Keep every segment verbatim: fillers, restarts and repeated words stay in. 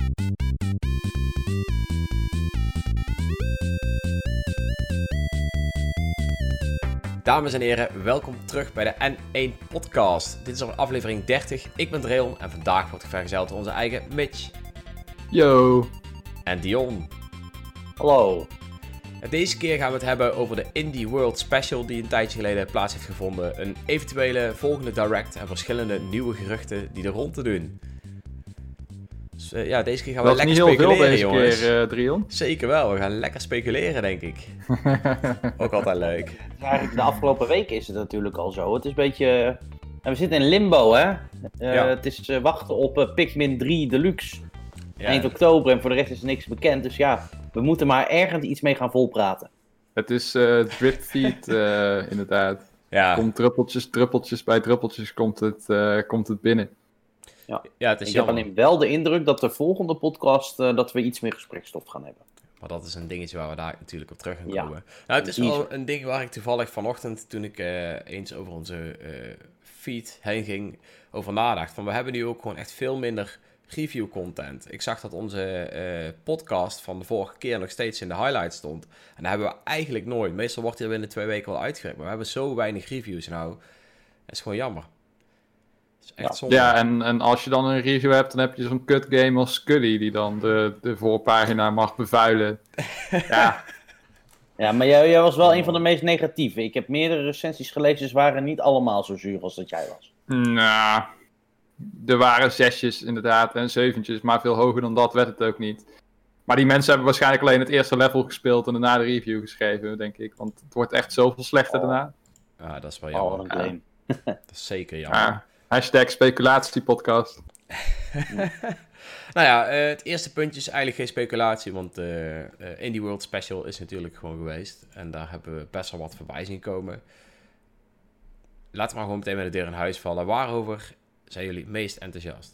Dames en heren, welkom terug bij de N één podcast. Dit is alweer aflevering dertig. Ik ben Dreon en vandaag wordt ik vergezeld door onze eigen Mitch. Yo. En Dion. Hallo. Deze keer gaan we het hebben over de Indie World Special die een tijdje geleden plaats heeft gevonden. Een eventuele volgende direct en verschillende nieuwe geruchten die er rond te doen. Dus uh, ja, deze keer gaan we dat lekker speculeren, speculeren, deze jongens. keer, uh, Drion. Zeker wel, we gaan lekker speculeren, denk ik. Ook altijd leuk. Eigenlijk de afgelopen weken is het natuurlijk al zo. Het is een beetje... We zitten in limbo, hè? Uh, Ja. Het is uh, wachten op uh, Pikmin drie Deluxe. Ja. Eind oktober en voor de rest is er niks bekend. Dus ja, we moeten maar ergens iets mee gaan volpraten. Het is uh, drip feed, uh, inderdaad. Ja. Komt druppeltjes, druppeltjes bij druppeltjes komt het, uh, komt het binnen. Ja, ja, het is ik heb jammer. alleen wel de indruk dat de volgende podcast uh, dat we iets meer gesprekstof gaan hebben. Maar dat is een dingetje waar we daar natuurlijk op terug gaan Ja. komen. Nou, het is Teaser. wel een ding waar ik toevallig vanochtend, toen ik uh, eens over onze uh, feed heen ging, over nadacht. Van, we hebben nu ook gewoon echt veel minder review content. Ik zag dat onze uh, podcast van de vorige keer nog steeds in de highlights stond. En dat hebben we eigenlijk nooit. Meestal wordt hij binnen twee weken wel uitgewerkt. Maar we hebben zo weinig reviews nou. Dat is gewoon jammer. Dat is echt Ja. zonde. Ja, en, en als je dan een review hebt, dan heb je zo'n kut game als Scully die dan de, de voorpagina mag bevuilen. Ja, Ja, maar jij, jij was wel een van de meest negatieve. Ik heb meerdere recensies gelezen, ze waren niet allemaal zo zuur als dat jij was. nou, er waren zesjes inderdaad en zeventjes, maar veel hoger dan dat werd het ook niet. Maar die mensen hebben waarschijnlijk alleen het eerste level gespeeld en daarna de review geschreven, denk ik. Want het wordt echt zoveel slechter Oh. daarna. Ja, dat is wel Oh, jammer. wat een claim. Dat is zeker jammer. Ja, hashtag speculatiepodcast. Nou ja, uh, het eerste puntje is eigenlijk geen speculatie, want de uh, uh, Indie World Special is natuurlijk gewoon geweest. En daar hebben we best wel wat voorbij zien komen. Laten we maar gewoon meteen met de deur in huis vallen. Waarover zijn jullie het meest enthousiast?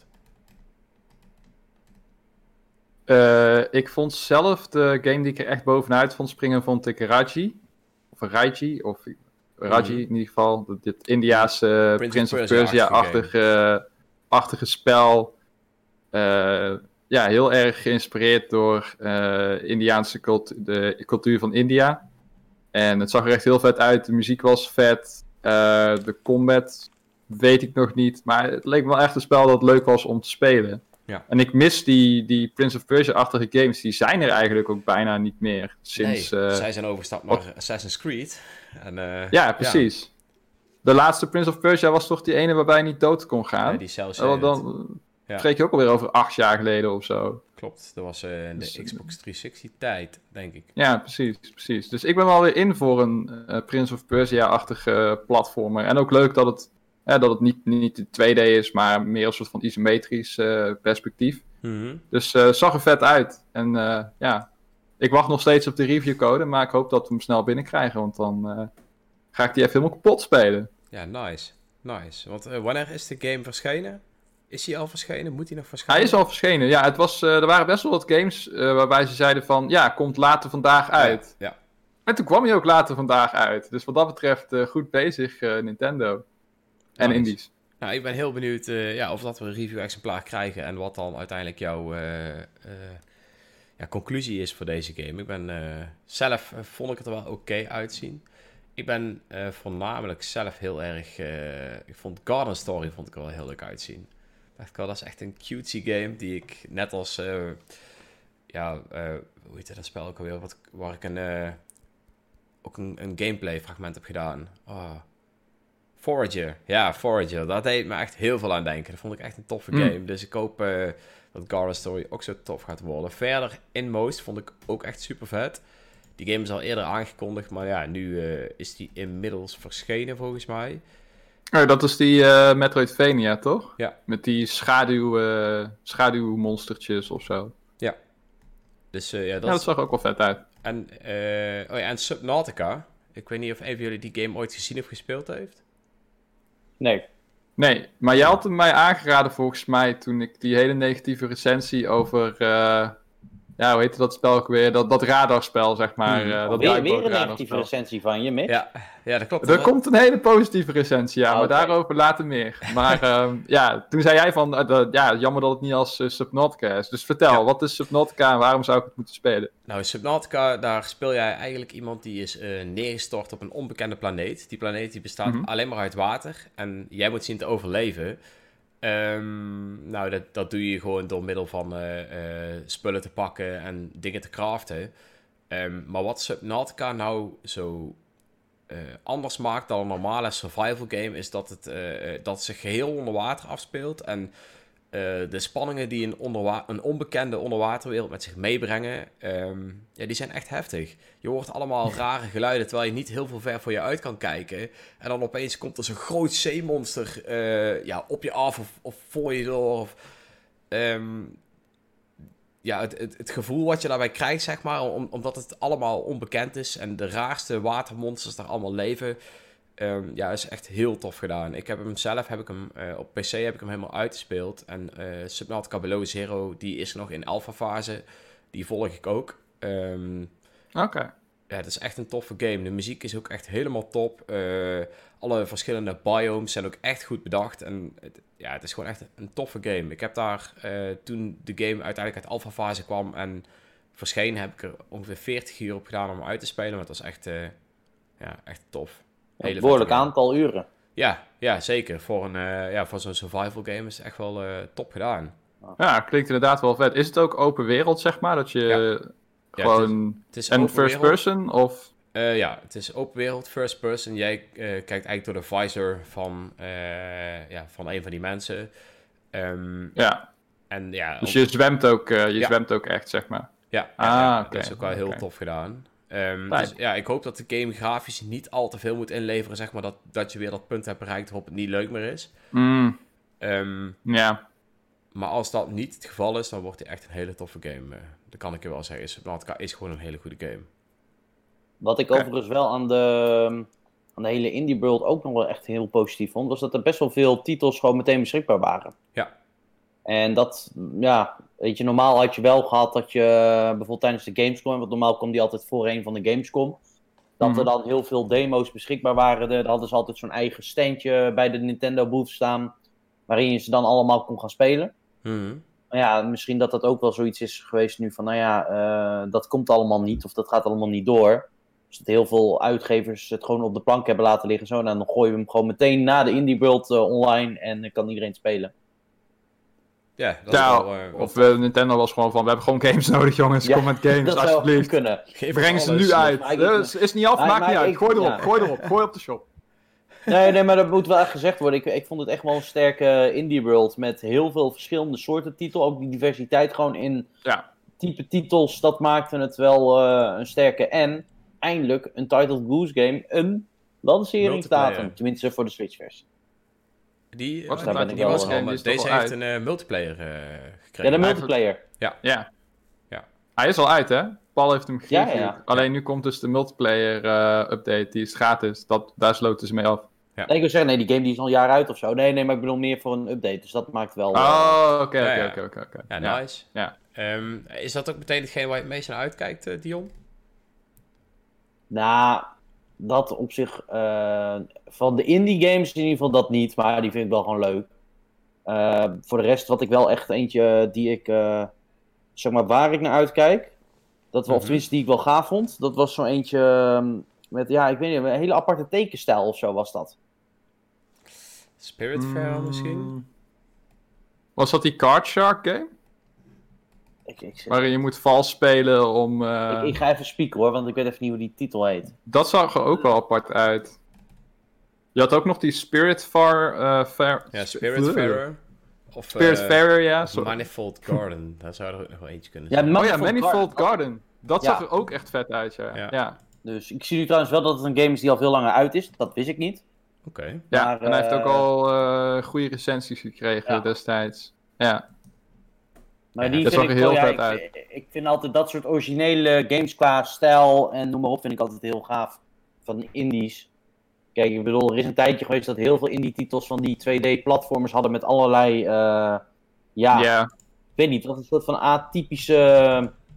Uh, ik vond zelf de game die ik er echt bovenuit vond springen, vond ik Raji. Of Raji, of Raji Mhm. in ieder geval. Dat- Dit Indiaanse Prince Prince, of of Persia-achtige Persia-achtige achtige spel. Uh, ja, heel erg geïnspireerd door uh, Indiaanse cultu- de cultuur van India. En het zag er echt heel vet uit. De muziek was vet. Uh, de combat weet ik nog niet. Maar het leek me wel echt een spel dat leuk was om te spelen. Ja. En ik mis die, die Prince of Persia-achtige games. Die zijn er eigenlijk ook bijna niet meer. Sinds, nee, uh, zij zijn overgestapt naar Assassin's Creed. En, uh, ja, precies. De laatste Prince of Persia was toch die ene waarbij je niet dood kon gaan? Ja, die cel Uh, dan Ja. spreek je ook alweer over acht jaar geleden of zo. Klopt, dat was uh, in de Dus, Xbox driehonderdzestig tijd, denk ik. Ja, precies, precies. Dus ik ben wel weer in voor een uh, Prince of Persia-achtige platformer. En ook leuk dat het, uh, dat het niet, niet twee D is, maar meer een soort van isometrisch uh, perspectief. Mhm. Dus uh, zag er vet uit. En uh, ja, ik wacht nog steeds op de reviewcode, maar ik hoop dat we hem snel binnenkrijgen. Want dan uh, ga ik die even helemaal kapot spelen. Ja, nice. Nice. Want uh, wanneer is de game verschenen? Is hij al verschenen? Moet hij nog Hij verschijnen? is al verschenen. Ja, het was, uh, er waren best wel wat games uh, waarbij ze zeiden van, ja, komt later vandaag uit. Ja. Ja. En toen kwam hij ook later vandaag uit. Dus wat dat betreft uh, goed bezig, uh, Nintendo. En Nice. Indies. Nou, ik ben heel benieuwd uh, ja, of dat we een review-exemplaar krijgen en wat dan uiteindelijk jouw uh, uh, ja, conclusie is voor deze game. Ik ben uh, zelf uh, vond ik het er wel oké okay uitzien. Ik ben uh, voornamelijk zelf heel erg. Uh, ik vond Garden Story vond ik er wel heel leuk uitzien. Ik dacht, oh, dat is echt een cutesy game die ik net als uh, ja, uh, hoe heet dat spel ook alweer, wat, waar ik een uh, ook een, een gameplay fragment heb gedaan. Oh. Forager, ja, Forager. Dat deed me echt heel veel aan denken. Dat vond ik echt een toffe Mm. game. Dus ik hoop uh, dat Garden Story ook zo tof gaat worden. Verder, Inmost vond ik ook echt super vet. Die game is al eerder aangekondigd, maar ja, nu uh, is die inmiddels verschenen volgens mij. Oh, dat is die uh, Metroidvania, toch? Ja. Met die schaduw, uh, schaduwmonstertjes of zo. Dus uh, ja, dat, Ja, dat is... zag ook wel vet uit. En, uh, oh ja, en Subnautica. Ik weet niet of een van jullie die game ooit gezien of gespeeld heeft. Nee. Nee, maar jij had hem mij aangeraden volgens mij toen ik die hele negatieve recensie over uh, ja, hoe heette dat spel ook weer? Dat, dat radarspel, zeg maar. Hmm. Uh, Oh, dat weer, weer duikboot een negatieve radarspel. recensie van je, Mick. Ja, ja dat klopt. Er komt een hele positieve recensie, ja, Oh, maar oké. daarover later meer. Maar um, ja, toen zei jij van, uh, dat, ja, jammer dat het niet als uh, Subnautica is. Dus vertel, Ja. wat is Subnautica en waarom zou ik het moeten spelen? Nou, Subnautica, daar speel jij eigenlijk iemand die is uh, neergestort op een onbekende planeet. Die planeet die bestaat Mhm. alleen maar uit water en jij moet zien te overleven. Um, nou, dat, dat doe je gewoon door middel van uh, uh, spullen te pakken en dingen te craften. Um, maar wat Subnautica nou zo uh, anders maakt dan een normale survival game, is dat het, uh, dat het zich geheel onder water afspeelt. En uh, de spanningen die een, onderwa- een onbekende onderwaterwereld met zich meebrengen, um, ja, die zijn echt heftig. Je hoort allemaal rare geluiden, terwijl je niet heel veel ver voor je uit kan kijken. En dan opeens komt er zo'n groot zeemonster uh, ja, op je af of, of voor je door. Of, um, ja, het, het, het gevoel wat je daarbij krijgt, zeg maar, om, omdat het allemaal onbekend is en de raarste watermonsters daar allemaal leven, um, ja, is echt heel tof gedaan. Ik heb hem zelf, heb ik hem, uh, op P C heb ik hem helemaal uitgespeeld. En uh, Subnautica Below Zero, die is nog in alpha fase. Die volg ik ook. Um, Oké. Okay. Ja, het is echt een toffe game. De muziek is ook echt helemaal top. Uh, alle verschillende biomes zijn ook echt goed bedacht. En het, ja, het is gewoon echt een toffe game. Ik heb daar, uh, toen de game uiteindelijk uit alpha fase kwam en verscheen, heb ik er ongeveer veertig uur op gedaan om hem uit te spelen. Maar het was echt, uh, ja, echt tof. Een behoorlijk aantal uren. Ja, ja, zeker. Voor, een, uh, ja, voor zo'n survival game is het echt wel uh, top gedaan. Ja, klinkt inderdaad wel vet. Is het ook open wereld, zeg maar? Dat je ja. gewoon... Ja, het is, het is en first wereld. person, of... Uh, ja, het is open wereld, first person. Jij uh, kijkt eigenlijk door de visor van, uh, ja, van een van die mensen. Um, ja. En, ja. Dus je zwemt ook, uh, je ja. zwemt ook echt, zeg maar. Ja, ah, ja, ja. Okay. Dat is ook wel heel okay. tof gedaan. Um, dus ja, ik hoop dat de game grafisch niet al te veel moet inleveren, zeg maar, dat, dat je weer dat punt hebt bereikt waarop het niet leuk meer is. Mm. Um, ja. Maar als dat niet het geval is, dan wordt hij echt een hele toffe game. Uh, dat kan ik je wel zeggen. Subnautica is gewoon een hele goede game. Wat ik okay. overigens wel aan de, aan de hele Indie World ook nog wel echt heel positief vond, was dat er best wel veel titels gewoon meteen beschikbaar waren. Ja. En dat, ja, weet je, normaal had je wel gehad dat je bijvoorbeeld tijdens de Gamescom, want normaal kwam die altijd voor een van de Gamescom, dat mm-hmm. er dan heel veel demo's beschikbaar waren. Daar hadden ze altijd zo'n eigen standje bij de Nintendo booth staan, waarin je ze dan allemaal kon gaan spelen. Mm-hmm. Maar ja, misschien dat dat ook wel zoiets is geweest nu van, nou ja, uh, dat komt allemaal niet, of dat gaat allemaal niet door. Dus dat heel veel uitgevers het gewoon op de plank hebben laten liggen. Zo, en dan gooien we hem gewoon meteen na de Indie World uh, online en uh, kan iedereen spelen. Ja, dat ja, is wel, uh, of uh, Nintendo was gewoon van, we hebben gewoon games nodig, jongens. Ja, kom met games, dat alsjeblieft. Kunnen. Breng ze nu uit. Het is niet af, maakt niet uit. Gooi erop, ja. gooi erop, gooi op de shop. Nee, nee, maar dat moet wel echt gezegd worden. Ik, ik vond het echt wel een sterke Indie World met heel veel verschillende soorten titel. Ook die diversiteit gewoon in ja. type titels, dat maakte het wel uh, een sterke. En eindelijk een Titled Goose Game, een lanceringsdatum. Tenminste voor de Switch-versie. Die, Wat, uh, die, die was al, die deze heeft uit. een uh, multiplayer uh, gekregen. Ja, de multiplayer. Ja. ja. ja. Hij is al uit, hè? Paul heeft hem gegeven. Ja, ja. Alleen nu komt dus de multiplayer uh, update, die is gratis. Dat, daar sloten ze mee af. Ja. Nee, ik wil zeggen, nee, die game die is al een jaar uit of zo. Nee, nee, maar ik bedoel meer voor een update. Dus dat maakt wel... Oh, oké, oké, oké. Ja, nice. Ja. Um, is dat ook meteen hetgeen waar je het meest naar uitkijkt, uh, Dion? Nou, dat op zich... Uh, van de indie games in ieder geval dat niet. Maar die vind ik wel gewoon leuk. Uh, voor de rest, wat ik wel echt eentje die ik... Uh, zeg maar, waar ik naar uitkijk... Dat, mm-hmm. Of tenminste die ik wel gaaf vond. Dat was zo eentje... Um, met, ja, ik weet niet, een hele aparte tekenstijl of zo was dat. Spiritfarer mm. misschien? Was dat die Card Shark game? Ik, ik zeg... Waarin je moet vals spelen om... Uh... Ik, ik ga even spieken hoor, want ik weet even niet hoe die titel heet. Dat zag er ook wel apart uit. Je had ook nog die Spiritfarer... Uh, Fair... Ja, Spiritfarer. Of Spiritfarer, uh, ja. Of Manifold Garden, daar zou er ook nog wel eentje kunnen zijn. Ja, Manifold, oh ja, Manifold Garden. Garden. Dat ja. zag er ook echt vet uit, ja. ja. ja. Dus ik zie nu trouwens wel dat het een game is die al veel langer uit is. Dat wist ik niet. Oké. Okay. Ja, maar, en hij uh, heeft ook al uh, goede recensies gekregen ja. destijds. Ja. Maar die dat vind zag ik er heel wel, vet ja, uit. Ik, ik vind altijd dat soort originele games qua stijl en noem maar op, vind ik altijd heel gaaf. Van indies. Kijk, ik bedoel, er is een tijdje geweest dat heel veel indie-titels van die twee D-platformers hadden met allerlei, uh, ja, yeah. ik weet niet, wat een soort van atypische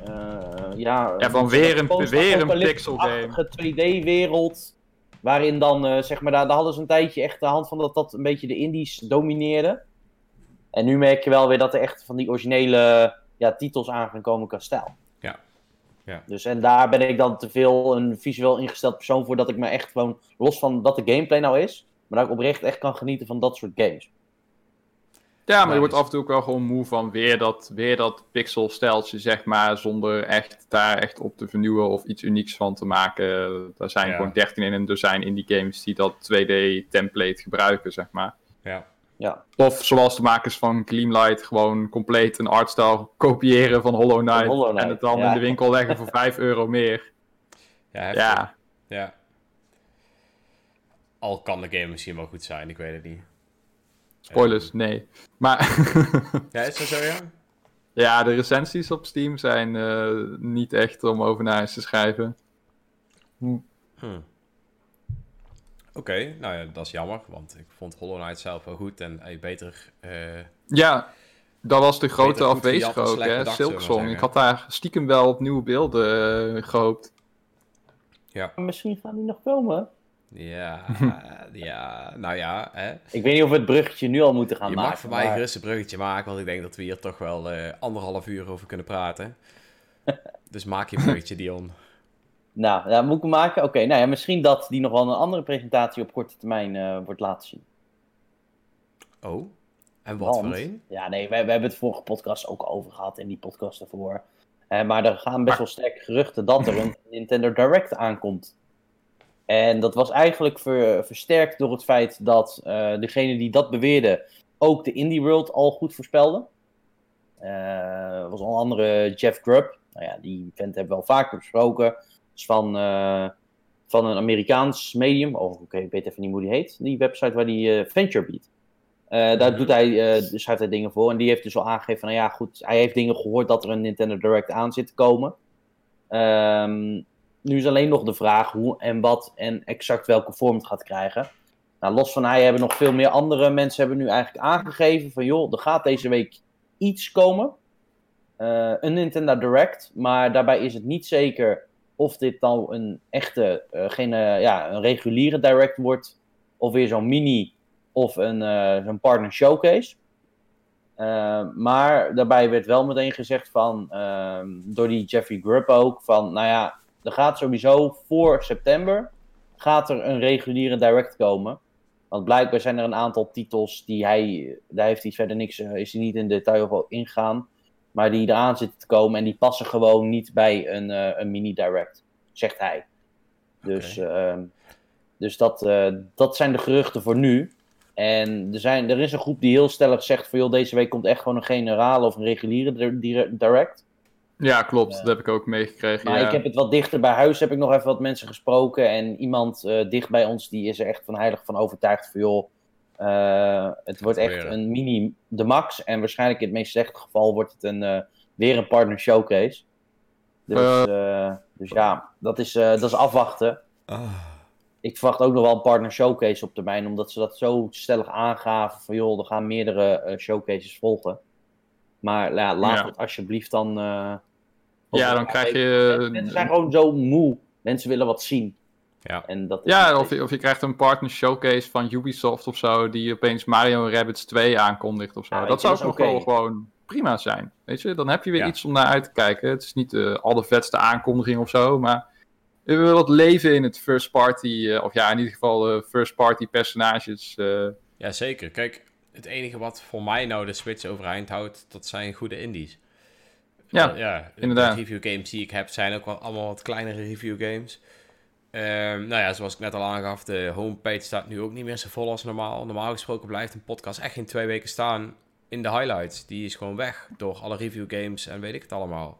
Uh, ja, ja, van weer een, weer een pixel game. twee D-wereld. Waarin dan, uh, zeg maar, daar, daar hadden ze een tijdje echt de hand van dat dat een beetje de indies domineerde. En nu merk je wel weer dat er echt van die originele ja, titels aan gaan komen qua stijl. Ja. Ja. Dus en daar ben ik dan te veel een visueel ingesteld persoon voor dat ik me echt gewoon, los van dat de gameplay nou is, maar dat ik oprecht echt kan genieten van dat soort games. Ja, maar je wordt af en toe ook wel gewoon moe van weer dat, weer dat pixel-steltje, zeg maar, zonder echt daar echt op te vernieuwen of iets unieks van te maken. Er zijn ja. gewoon dertien in een dozijn indie games die dat twee D-template gebruiken, zeg maar. Ja. Ja. Of zoals de makers van Gleamlight gewoon compleet een artstyle kopiëren van Hollow Knight, Hollow Knight. En het dan ja. in de winkel leggen voor vijf euro meer. Ja, ja. ja. Al kan de game misschien wel goed zijn, ik weet het niet. Spoilers, nee. Maar ja, is dat zo, ja? Ja, de recensies op Steam zijn uh, niet echt om over naar huis te schrijven. Hm. Hmm. Oké, okay, nou ja, dat is jammer, want ik vond Hollow Knight zelf wel goed en hey, beter... Uh, ja, dat was de grote afwezige ook, hè, Silksong. Ik had daar stiekem wel op nieuwe beelden uh, gehoopt. Ja. Misschien gaan die nog komen. Ja, ja, nou ja. Hè. Ik weet niet of we het bruggetje nu al moeten gaan je maken. Je mag voor mij maar... gerust een bruggetje maken, want ik denk dat we hier toch wel uh, anderhalf uur over kunnen praten. Dus maak je bruggetje, Dion. Nou, ja, moet ik hem maken? Oké, okay, nou ja, misschien dat die nog wel een andere presentatie op korte termijn uh, wordt laten zien. Oh, en wat Want, voor een? Ja, nee, we, we hebben het vorige podcast ook over gehad en die podcast ervoor. Uh, maar er gaan best wel sterke geruchten dat er een Nintendo Direct aankomt. En dat was eigenlijk ver, versterkt door het feit dat uh, degene die dat beweerde ook de Indie World al goed voorspelde. Uh, was onder andere Jeff Grubb. Nou ja, die vent hebben we wel vaker besproken. Dus van, uh, van een Amerikaans medium. Oh, oké, okay, ik weet even niet hoe die heet. Die website waar die uh, Venture biedt. Uh, daar doet hij, uh, schrijft hij dingen voor. En die heeft dus al aangegeven van, nou ja, goed. Hij heeft dingen gehoord dat er een Nintendo Direct aan zit te komen. Um, nu is alleen nog de vraag hoe en wat en exact welke vorm het gaat krijgen. Nou, los van hij hebben nog veel meer andere mensen hebben nu eigenlijk aangegeven van, joh, er gaat deze week iets komen. Uh, een Nintendo Direct. Maar daarbij is het niet zeker of dit nou een echte, uh, geen, uh, ja, een reguliere Direct wordt. Of weer zo'n mini of een uh, zo'n partner showcase. Uh, maar daarbij werd wel meteen gezegd van, uh, door die Jeffrey Grubb ook, van nou ja, er gaat sowieso voor september gaat er een reguliere Direct komen. Want blijkbaar zijn er een aantal titels die hij, daar heeft hij verder niks, is hij niet in detail over ingaan. Maar die eraan zitten te komen en die passen gewoon niet bij een, uh, een mini Direct, zegt hij. Dus, okay. uh, dus dat, uh, dat zijn de geruchten voor nu. En er, zijn, er is een groep die heel stellig zegt van, joh, deze week komt echt gewoon een generale of een reguliere Direct. Ja, klopt. Uh, dat heb ik ook meegekregen. Maar ja. ik heb het wat dichter bij huis, heb ik nog even wat mensen gesproken. En iemand uh, dicht bij ons, die is er echt van heilig van overtuigd van, joh, uh, het wordt echt weer een mini de max. En waarschijnlijk in het meest slechte geval wordt het een, uh, weer een partner showcase. Dus, uh, uh, dus ja, dat is, uh, dat is afwachten. Oh. Ik verwacht ook nog wel een partner showcase op termijn, omdat ze dat zo stellig aangaven van, joh, er gaan meerdere uh, showcases volgen. Maar ja, laat ja. het alsjeblieft dan... Uh, ja, dan krijg je... Mensen, mensen zijn gewoon zo moe. Mensen willen wat zien. Ja, en dat is ja of, je, of je krijgt een partner showcase van Ubisoft of zo, die opeens Mario Rabbids twee aankondigt of zo. Ja, dat zou ook nog okay. wel gewoon prima zijn. Weet je, dan heb je weer ja. iets om naar uit te kijken. Het is niet de allervetste aankondiging of zo, maar we hebben wat leven in het first party, uh, of ja, in ieder geval uh, first party personages. Uh. Ja, zeker. Kijk, het enige wat voor mij nou de Switch overeind houdt, dat zijn goede indies. Ja, uh, ja inderdaad. De review games die ik heb zijn ook wel allemaal wat kleinere review games. Um, nou ja, zoals ik net al aangaf, de homepage staat nu ook niet meer zo vol als normaal. Normaal gesproken blijft een podcast echt geen twee weken staan in de highlights. Die is gewoon weg door alle review games en weet ik het allemaal.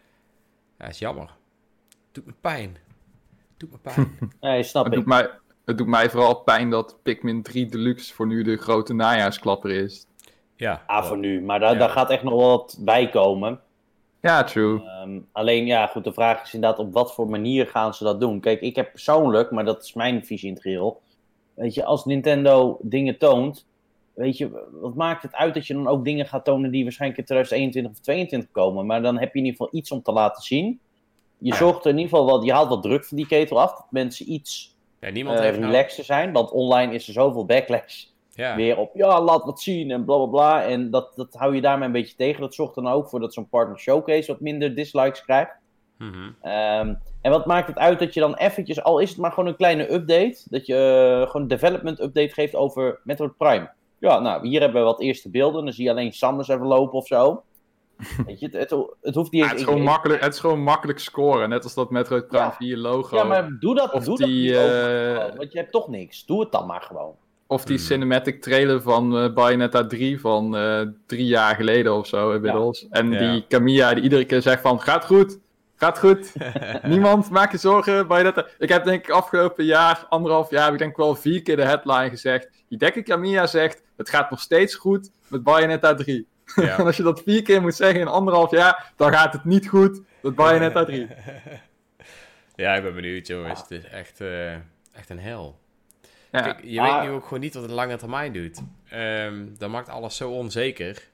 Ja, is jammer. Doet me pijn. Doet me pijn. Ja, snap het ik. Doet mij, het doet mij vooral pijn dat Pikmin drie Deluxe voor nu de grote najaarsklapper is. Ja, ah, voor nu. Maar daar, ja. daar gaat echt nog wel wat bij komen. Ja, true. Um, alleen, ja, goed, de vraag is inderdaad op wat voor manier gaan ze dat doen. Kijk, ik heb persoonlijk, maar dat is mijn visie in het geheel. Weet je, als Nintendo dingen toont, weet je, wat maakt het uit dat je dan ook dingen gaat tonen die waarschijnlijk in twintig eenentwintig of tweeëntwintig komen. Maar dan heb je in ieder geval iets om te laten zien. Je zorgt er in ieder geval wat, je haalt wat druk van die ketel af, dat mensen iets Ja, niemand uh, heeft relaxter nou... zijn. Want online is er zoveel backlash Ja. weer op, ja, laat wat zien en bla bla bla. En dat, dat hou je daarmee een beetje tegen. Dat zorgt er dan ook voor dat zo'n partner showcase wat minder dislikes krijgt. Mm-hmm. Um, en wat maakt het uit dat je dan eventjes, al is het maar gewoon een kleine update, dat je uh, gewoon een development update geeft over Metroid Prime. Ja, nou, hier hebben we wat eerste beelden, dan zie je alleen Samus even lopen of zo. Weet je, het, het, het hoeft niet Ja, het, is gewoon makkelijk, het is gewoon makkelijk scoren, net als dat Metroid Prime Ja. vier logo. Ja, maar doe dat, Of doe die, dat niet uh, overal, want je hebt toch niks. Doe het dan maar gewoon. Of die Hmm. cinematic trailer van uh, Bayonetta drie van uh, drie jaar geleden of zo inmiddels. Ja. En Ja. die Kamiya die iedere keer zegt van, gaat goed, gaat goed. Niemand maak je zorgen, Bayonetta. Ik heb denk ik afgelopen jaar, anderhalf jaar, heb ik denk ik wel vier keer de headline gezegd. Hideki Kamiya zegt, het gaat nog steeds goed met Bayonetta drie. Ja. En als je dat vier keer moet zeggen in anderhalf jaar, dan gaat het niet goed met Bayonetta drie. Ja, ik ben benieuwd, jongens. Het is echt, uh, echt een hel. Ja. Kijk, je Ah. weet nu ook gewoon niet wat het lange termijn doet. Um, dat maakt alles zo onzeker.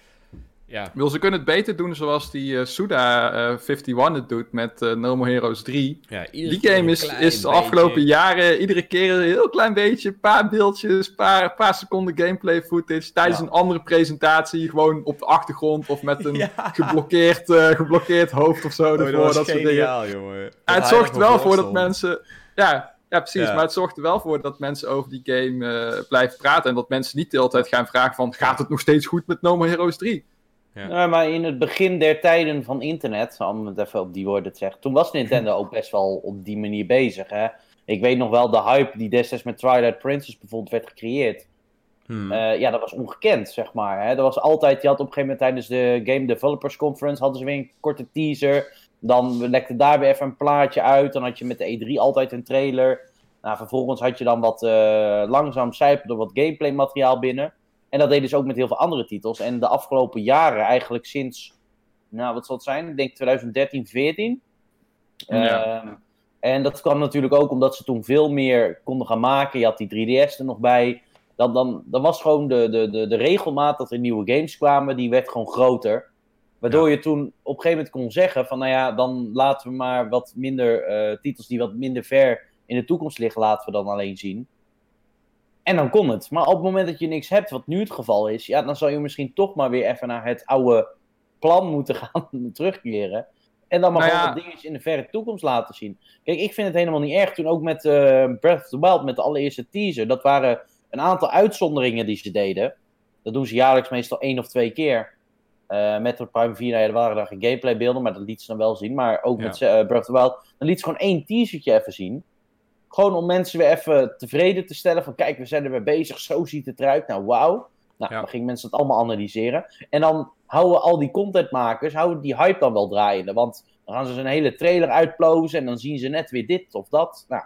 Ja. Wil ze kunnen het beter doen zoals die uh, Suda uh, eenenvijftig het doet met uh, No More Heroes drie. Ja, die game is, is de afgelopen jaren iedere keer een heel klein beetje, een paar beeldjes, een paar, paar seconden gameplay footage tijdens Ja. een andere presentatie, gewoon op de achtergrond of met een Ja. geblokkeerd, uh, geblokkeerd hoofd of zo. Oh, ervoor, dat was dat soort geniaal, dingen. jongen. Ja, het zorgt er wel voor dat mensen... Ja, ja precies. Ja. Maar het zorgt er wel voor dat mensen over die game uh, blijven praten. En dat mensen niet de hele tijd gaan vragen van... Gaat het nog steeds goed met No More Heroes drie? Ja. Ja, maar in het begin der tijden van internet, om het even op die woorden te zeggen, toen was Nintendo ook best wel op die manier bezig. Hè? Ik weet nog wel de hype die destijds met Twilight Princess bijvoorbeeld werd gecreëerd. Hmm. Uh, ja, dat was ongekend, zeg maar. Hè? Dat was altijd, je had op een gegeven moment tijdens de Game Developers Conference, hadden ze weer een korte teaser. Dan lekte daar weer even een plaatje uit. Dan had je met de E drie altijd een trailer. Nou, vervolgens had je dan wat uh, langzaam sijpelde wat gameplay materiaal binnen. En dat deden ze ook met heel veel andere titels. En de afgelopen jaren, eigenlijk sinds, nou wat zal het zijn? Ik denk twintig dertien, veertien. Ja. Uh, en dat kwam natuurlijk ook omdat ze toen veel meer konden gaan maken. Je had die drie D S er nog bij. Dan, dan, dan was gewoon de, de, de, de regelmaat dat er nieuwe games kwamen, die werd gewoon groter. Waardoor ja. je toen op een gegeven moment kon zeggen van, nou ja, dan laten we maar wat minder uh, titels die wat minder ver in de toekomst liggen, laten we dan alleen zien. En dan kon het. Maar op het moment dat je niks hebt, wat nu het geval is, ja, dan zal je misschien toch maar weer even naar het oude plan moeten gaan terugkeren. En dan maar nou gewoon ja. wat dingen in de verre toekomst laten zien. Kijk, ik vind het helemaal niet erg. Toen ook met uh, Breath of the Wild, met de allereerste teaser, dat waren een aantal uitzonderingen die ze deden. Dat doen ze jaarlijks meestal één of twee keer. Uh, Metroid Prime vier, nou ja, er waren daar geen gameplaybeelden, maar dat liet ze dan wel zien. Maar ook ja. met uh, Breath of the Wild, dan liet ze gewoon één teasertje even zien. Gewoon om mensen weer even tevreden te stellen van, kijk, we zijn er mee bezig, zo ziet het eruit, nou wauw. Nou, ja. dan gingen mensen het allemaal analyseren. En dan houden al die contentmakers, houden die hype dan wel draaiende. Want dan gaan ze een hele trailer uitplozen en dan zien ze net weer dit of dat. Nou,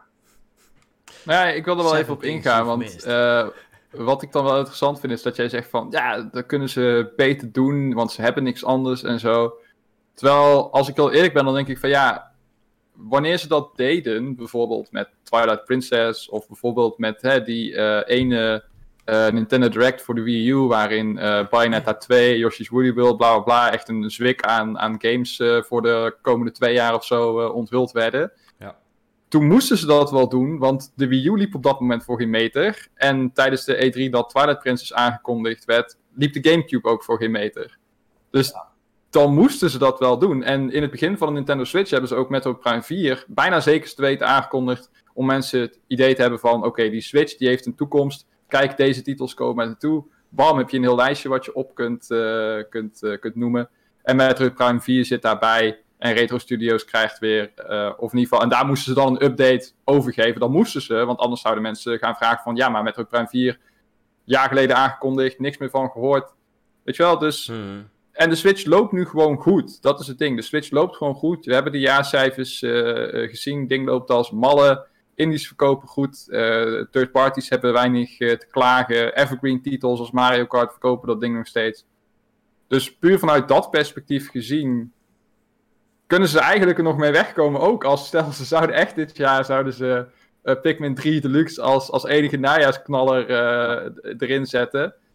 nou ja, ik wil er wel even op ingaan, want uh, wat ik dan wel interessant vind is dat jij zegt van, ja, dat kunnen ze beter doen, want ze hebben niks anders en zo. Terwijl, als ik heel eerlijk ben, dan denk ik van, ja, wanneer ze dat deden, bijvoorbeeld met Twilight Princess, of bijvoorbeeld met hè, die uh, ene uh, Nintendo Direct voor de Wii U, waarin uh, Bayonetta twee, Yoshi's Woolly World, bla bla bla, echt een zwik aan, aan games uh, voor de komende twee jaar of zo uh, onthuld werden. Ja. Toen moesten ze dat wel doen, want de Wii U liep op dat moment voor geen meter. En tijdens de E drie dat Twilight Princess aangekondigd werd, liep de Gamecube ook voor geen meter. Dus ja. dan moesten ze dat wel doen. En in het begin van de Nintendo Switch hebben ze ook Metroid Prime vier bijna zeker te weten aangekondigd om mensen het idee te hebben van, oké, okay, die Switch die heeft een toekomst. Kijk, deze titels komen naartoe. Bam, heb je een heel lijstje wat je op kunt, uh, kunt, uh, kunt noemen. En Metroid Prime vier zit daarbij. En Retro Studios krijgt weer, uh, of in ieder geval, en daar moesten ze dan een update over geven. Dan moesten ze, want anders zouden mensen gaan vragen van, ja, maar Metroid Prime vier, jaar geleden aangekondigd, niks meer van gehoord. Weet je wel, dus... Hmm. En de Switch loopt nu gewoon goed. Dat is het ding. De Switch loopt gewoon goed. We hebben de jaarcijfers uh, gezien. Het ding loopt als malle. Indies verkopen goed. Uh, third parties hebben weinig uh, te klagen. Evergreen titels als Mario Kart verkopen dat ding nog steeds. Dus puur vanuit dat perspectief gezien kunnen ze eigenlijk er nog mee wegkomen. Ook als, stel ze zouden echt dit jaar zouden ze uh, Pikmin drie Deluxe als, als enige najaarsknaller uh, erin zetten.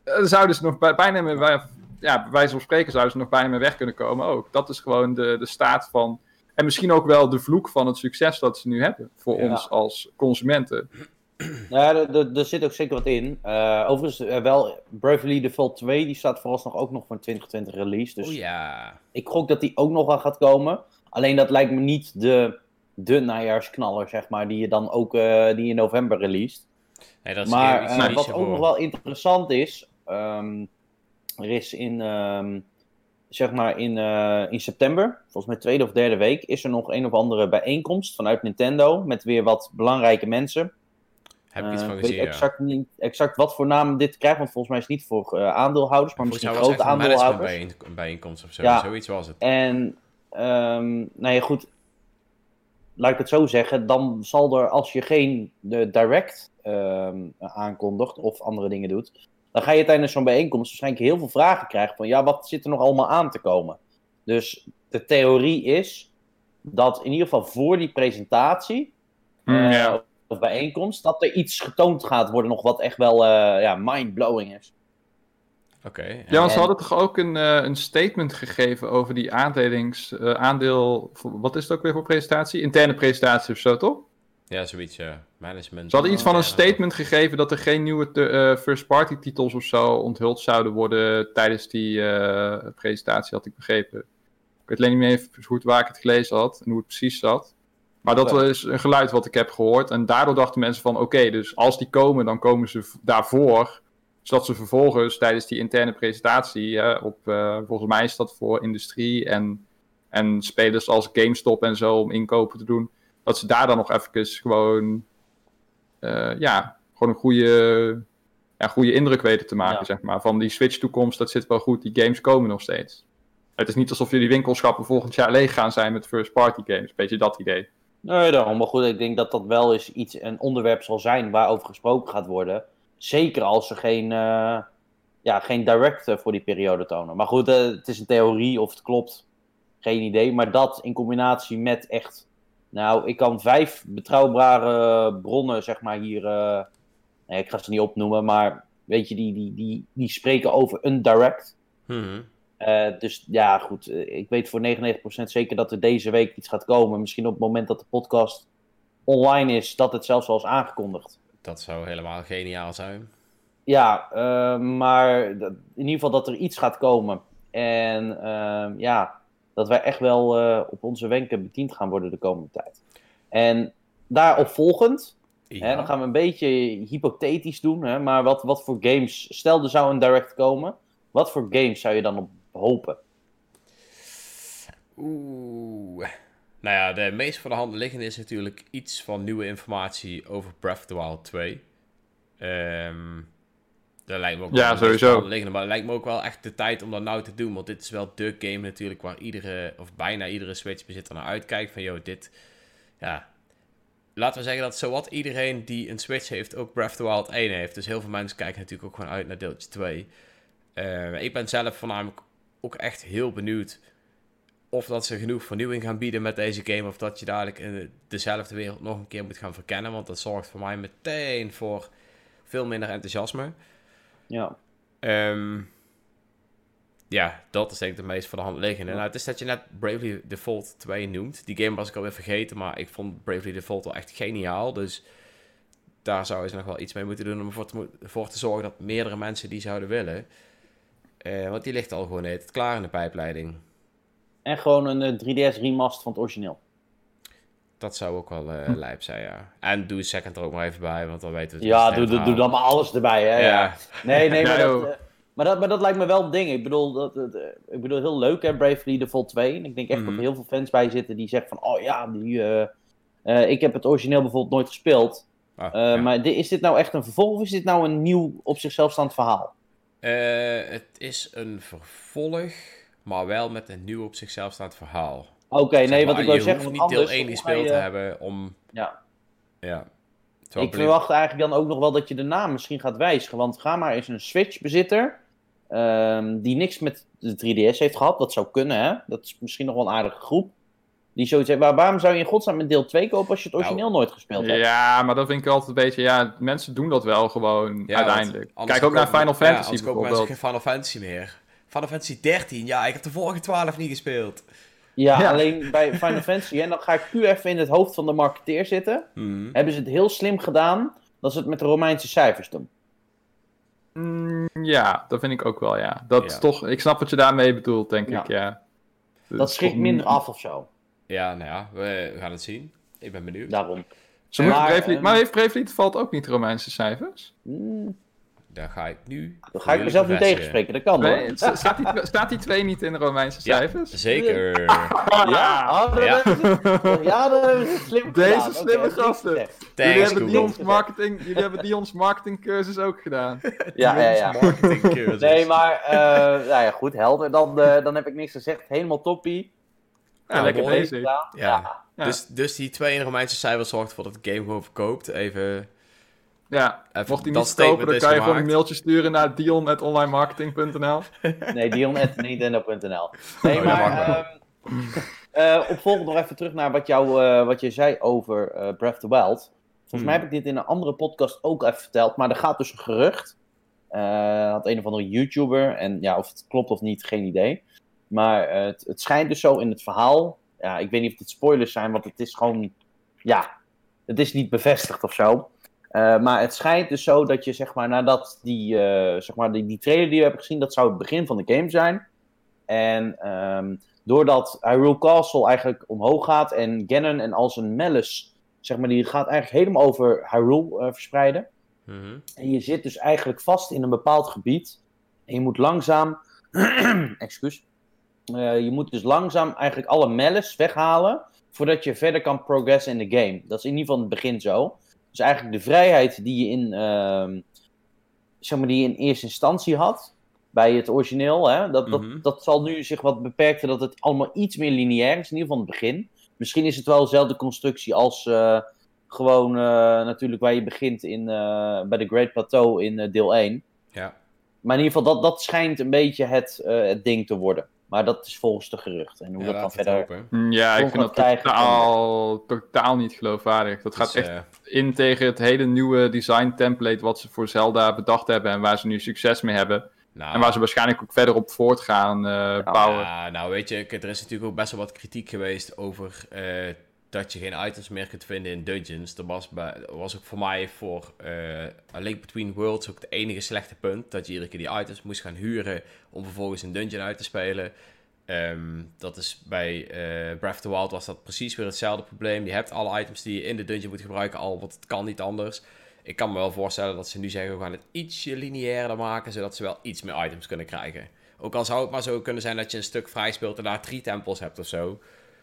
uh, zouden ze nog bij, bijna mee, bij, ja, bij wijze van spreken zouden ze nog bijna mee weg kunnen komen ook. Dat is gewoon de, de staat van... En misschien ook wel de vloek van het succes dat ze nu hebben voor ja. ons als consumenten. Ja, er zit ook zeker wat in. Uh, overigens, uh, wel, Bravely Default twee, die staat vooralsnog ook nog voor een twintig twintig release. Dus oh ja. Ik gok dat die ook nog wel gaat komen. Alleen dat lijkt me niet de, de najaarsknaller, zeg maar, die je dan ook uh, die in november released. Nee, dat is maar geen, uh, wat ook voor. nog wel interessant is, um, er is in, um, zeg maar in, uh, in september, volgens mij tweede of derde week, is er nog een of andere bijeenkomst vanuit Nintendo met weer wat belangrijke mensen. Heb ik iets uh, van ik gezien, weet exact, ja. niet, exact wat voor naam dit krijgt, want volgens mij is het niet voor uh, aandeelhouders, maar misschien grote aandeelhouders. Een bijeenkomst of zo, ja. zoiets was het. En, um, nou ja, goed, laat ik het zo zeggen, dan zal er, als je geen de direct um, aankondigt of andere dingen doet, dan ga je tijdens zo'n bijeenkomst waarschijnlijk heel veel vragen krijgen van, ja, wat zit er nog allemaal aan te komen? Dus de theorie is dat in ieder geval voor die presentatie, mm, uh, ja. of bijeenkomst, dat er iets getoond gaat worden nog wat echt wel uh, ja, mind-blowing is. Oké. Okay, ja, want ze hadden toch ook een, uh, een statement gegeven over die aandelings, uh, aandeel... Wat is het ook weer voor presentatie? Interne presentatie of zo, toch? Ja, zoiets, ja. Management. Ze hadden iets van een statement gegeven dat er geen nieuwe uh, first-party titels of zo onthuld zouden worden tijdens die uh, presentatie, had ik begrepen. Ik weet alleen niet meer even goed waar ik het gelezen had en hoe het precies zat. Maar dat is een geluid wat ik heb gehoord. En daardoor dachten mensen van, oké, okay, dus als die komen, dan komen ze daarvoor. Zodat ze vervolgens tijdens die interne presentatie, hè, op, uh, volgens mij is dat voor industrie en, en spelers als GameStop en zo om inkopen te doen. Dat ze daar dan nog even gewoon, uh, ja, gewoon een goede, ja, goede indruk weten te maken, ja. zeg maar. Van die Switch toekomst, dat zit wel goed, die games komen nog steeds. Het is niet alsof jullie winkelschappen volgend jaar leeg gaan zijn met first party games. Beetje dat idee. Nee, daarom. Maar goed, ik denk dat dat wel eens iets, een onderwerp zal zijn waarover gesproken gaat worden. Zeker als ze geen, uh, ja, geen direct uh, voor die periode tonen. Maar goed, uh, het is een theorie of het klopt. Geen idee. Maar dat in combinatie met echt... Nou, ik kan vijf betrouwbare bronnen, zeg maar, hier... Uh, nee, ik ga ze niet opnoemen, maar weet je, die, die, die, die spreken over een direct. Mm-hmm. Uh, dus ja, goed. Uh, ik weet voor negenennegentig procent zeker dat er deze week iets gaat komen. Misschien op het moment dat de podcast online is, dat het zelfs al is aangekondigd. Dat zou helemaal geniaal zijn. Ja, uh, maar in ieder geval dat er iets gaat komen. En uh, ja, dat wij echt wel uh, op onze wenken bediend gaan worden de komende tijd. En daarop volgend, ja. hè, dan gaan we een beetje hypothetisch doen. Hè, maar wat, wat voor games, stel er zou een direct komen. Wat voor games zou je dan op hopen? Oeh. Nou ja, de meest voor de hand liggende is natuurlijk iets van nieuwe informatie over Breath of the Wild twee. Um, dat lijkt me ook ja, wel sowieso. liggende, maar het lijkt me ook wel echt de tijd om dat nou te doen. Want dit is wel de game natuurlijk waar iedere, of bijna iedere Switch-bezitter naar uitkijkt. Van, joh, dit, ja... Laten we zeggen dat zowat iedereen die een Switch heeft ook Breath of the Wild één heeft. Dus heel veel mensen kijken natuurlijk ook gewoon uit naar deeltje twee. Uh, ik ben zelf voornamelijk ook echt heel benieuwd of dat ze genoeg vernieuwing gaan bieden met deze game, of dat je dadelijk in dezelfde wereld nog een keer moet gaan verkennen, want dat zorgt voor mij meteen voor veel minder enthousiasme. Ja. Um, ja, dat is denk ik de meest voor de hand liggende. Ja. Nou, het is dat je net Bravely Default twee noemt. Die game was ik alweer vergeten, maar ik vond Bravely Default wel echt geniaal, dus daar zou je nog wel iets mee moeten doen om ervoor te, ervoor te zorgen dat meerdere mensen die zouden willen. Uh, want die ligt al gewoon net klaar in de pijpleiding. En gewoon een uh, drie D S remaster van het origineel. Dat zou ook wel uh, lijp zijn, ja. En doe Second er ook maar even bij, want dan weten we het. Ja, doe, doe, doe dan maar alles erbij, hè. Ja. Ja. Nee, nee, maar, ja, dat, uh, maar, dat, maar dat lijkt me wel een ding. Ik bedoel, dat, dat, uh, ik bedoel heel leuk, hè, Bravely Default twee. En ik denk echt mm. dat er heel veel fans bij zitten die zeggen van... Oh ja, die, uh, uh, ik heb het origineel bijvoorbeeld nooit gespeeld. Ah, uh, ja. Maar is dit nou echt een vervolg of is dit nou een nieuw op zichzelf staand verhaal? Uh, het is een vervolg, maar wel met een nieuw op zichzelf staand verhaal. Oké, okay, nee, wat ik wil zeggen... Je hoeft niet deel één gespeeld je... te hebben om... Ja. Ja. Ik verwacht eigenlijk dan ook nog wel dat je de naam misschien gaat wijzigen. Want ga maar eens een Switch-bezitter... Um, die niks met de drie D S heeft gehad. Dat zou kunnen, hè. Dat is misschien nog wel een aardige groep. Die zoiets heeft. Waar, waarom zou je in godsnaam een deel twee kopen als je het origineel Nou, nooit gespeeld hebt? Ja, maar dat vind ik altijd een beetje... Ja, mensen doen dat wel gewoon Ja, uiteindelijk. want anders Kijk ook naar kopen- Final ja, Fantasy anders kopen bijvoorbeeld. mensen geen Final Fantasy meer. Final Fantasy dertien, ja, ik heb de vorige twaalf niet gespeeld. Ja, Ja. alleen bij Final Fantasy, en dan ga ik nu even in het hoofd van de marketeer zitten. Hmm. Hebben ze het heel slim gedaan dat ze het met de Romeinse cijfers doen. Mm, ja, dat vind ik ook wel, ja. Dat is Ja. toch... Ik snap wat je daarmee bedoelt, denk Ja. ik, ja. Dat is schrikt toch- minder af of zo. Ja, nou ja, we, we gaan het zien. Ik ben benieuwd. Daarom. Ze moeten Maar, Bravely- ehm, maar heeft Bravely valt ook niet Romeinse cijfers? Hmm, Daar ga ik nu... dan ga ik mezelf niet tegenspreken, dat kan Nee, hoor. sta- staat, die, staat die twee niet in de Romeinse Ja, cijfers? zeker. Ja, oh, dat Ja. hebben ze- ja, dat hebben ze slim Deze gedaan. Oké, slimme heb ik niks gasten. gezegd. Jullie Thanks, hebben, Google. Dion's marketing, jullie hebben Dion's marketingcursus ook gedaan. Ja, ja, ja. Marketingcursus. Nee, maar, eh nou ja, goed, helder. Dan, eh, dan heb ik niks gezegd. Helemaal toppie. Ja, lekker mooi. bezig. gedaan. Ja. Ja. Dus, dus die twee in Romeinse cijfers zorgt ervoor dat de game gewoon verkoopt. Even... Ja, even mocht hij dat niet verkopen, statement dan is kan je gewoon een gemaakt. mailtje sturen naar dion at onlinemarketing punt n l. Nee, Dion at nintendo punt n l. Nee, Oh, dat maar mag wel. ehm eh, opvolgend nog even terug naar wat, jou, eh, wat je zei over eh, Breath of the Wild. Volgens Hmm. mij heb ik dit in een andere podcast ook even verteld, maar er gaat dus een gerucht. Eh, had een of andere YouTuber, en ja, of het klopt of niet, geen idee. Maar eh, het, het schijnt dus zo in het verhaal. Ja, ik weet niet of dit spoilers zijn, want het is gewoon, ja, het is niet bevestigd of zo. Uh, maar het schijnt dus zo dat je, zeg maar, nadat die, uh, zeg maar, die, die trailer die we hebben gezien, dat zou het begin van de game zijn. En um, doordat Hyrule Castle eigenlijk omhoog gaat en Ganon en al zijn malice, zeg maar, die gaat eigenlijk helemaal over Hyrule uh, verspreiden. Mhm. En je zit dus eigenlijk vast in een bepaald gebied. En je moet langzaam, excuus, uh, je moet dus langzaam eigenlijk alle malice weghalen, voordat je verder kan progressen in de game. Dat is in ieder geval in het begin zo. Dus eigenlijk de vrijheid die je in, uh, zeg maar, die je in eerste instantie had, bij het origineel, hè, dat, dat, Mhm. dat zal nu zich wat beperken, dat het allemaal iets meer lineair is, in ieder geval in het begin. Misschien is het wel dezelfde constructie als uh, gewoon uh, natuurlijk waar je begint in, uh, bij de Great Plateau in uh, deel één. Ja. Maar in ieder geval, dat, dat schijnt een beetje het, uh, het ding te worden. Maar dat is volgens de geruchten. En hoe Ja, dat dan laten we verder... het hopen. Mm, Ja, ik Volgend vind dat krijgen totaal, totaal niet geloofwaardig. Dat gaat Dus, echt eh, in tegen het hele nieuwe design template wat ze voor Zelda bedacht hebben en waar ze nu succes mee hebben. nou, En waar ze waarschijnlijk ook verder op voort gaan uh, bouwen. Ja, nou weet je, er is natuurlijk ook best wel wat kritiek geweest over uh, dat je geen items meer kunt vinden in dungeons. Dat was, bij, was ook voor mij voor uh, A Link Between Worlds ook het enige slechte punt. Dat je iedere keer die items moest gaan huren om vervolgens een dungeon uit te spelen. Um, dat is bij uh, Breath of the Wild was dat precies weer hetzelfde probleem. Je hebt alle items die je in de dungeon moet gebruiken al, want het kan niet anders. Ik kan me wel voorstellen dat ze nu zeggen, we gaan het ietsje lineairder maken, zodat ze wel iets meer items kunnen krijgen. Ook al zou het maar zo kunnen zijn dat je een stuk vrij speelt en daar drie tempels hebt of zo.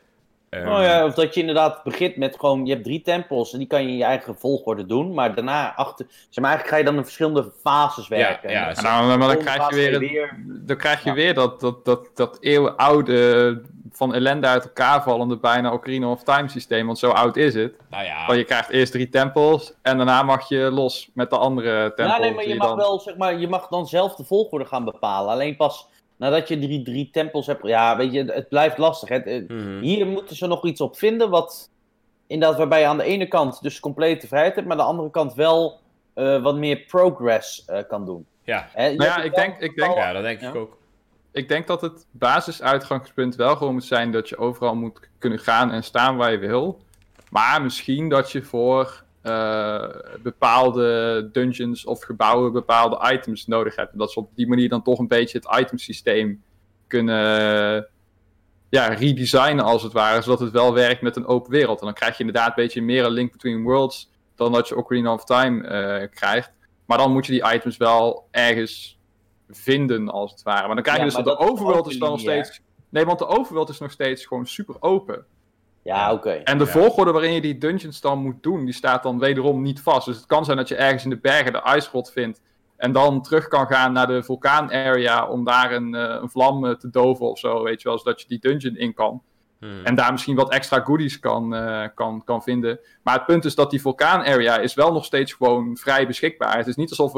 Um, Oh ja, of dat je inderdaad begint met gewoon, je hebt drie tempels en die kan je in je eigen volgorde doen, maar daarna achter, zeg maar eigenlijk ga je dan in verschillende fases werken. ja, En En dan, maar dan krijg je fase weer, weer... dan krijg je Ja. weer dat, dat, dat, dat eeuwenoude, van ellende uit elkaar vallende bijna Ocarina of Time systeem, want zo oud is het. nou ja, Want je krijgt eerst drie tempels en daarna mag je los met de andere tempels. Ja, nee, maar die je mag dan... wel, zeg maar, je mag dan zelf de volgorde gaan bepalen. Alleen pas nadat je drie, drie tempels hebt, ja, weet je, het blijft lastig. Hè. Het- mhm. Hier moeten ze nog iets op vinden, wat inderdaad, waarbij je aan de ene kant dus complete vrijheid hebt, maar aan de andere kant wel uh, wat meer progress uh, kan doen. ja. Hè, je Nou ja, hebt ik wel denk, ik denk, ja, dat denk Ja. ik ook. ik denk dat het basisuitgangspunt wel gewoon moet zijn dat je overal moet kunnen gaan en staan waar je wil. Maar misschien dat je voor uh, bepaalde dungeons of gebouwen bepaalde items nodig hebt. En dat ze op die manier dan toch een beetje het itemsysteem kunnen uh, ja, redesignen als het ware. Zodat het wel werkt met een open wereld. En dan krijg je inderdaad een beetje meer een Link Between Worlds dan dat je Ocarina of Time uh, krijgt. Maar dan moet je die items wel ergens vinden, als het ware. Maar dan krijg je Ja, dus maar dat de dat is overworld ook is dan nog lineair. steeds... Nee, want de overworld is nog steeds gewoon super open. Ja, oké. En de Ja. volgorde waarin je die dungeons dan moet doen, die staat dan wederom niet vast. Dus het kan zijn dat je ergens in de bergen de ijsgrot vindt en dan terug kan gaan naar de vulkaan-area om daar een, uh, een vlam uh, te doven of zo, weet je wel, zodat je die dungeon in kan. Hmm. En daar misschien wat extra goodies kan, uh, kan, kan vinden. Maar het punt is dat die vulkaan-area is wel nog steeds gewoon vrij beschikbaar. Het is niet alsof er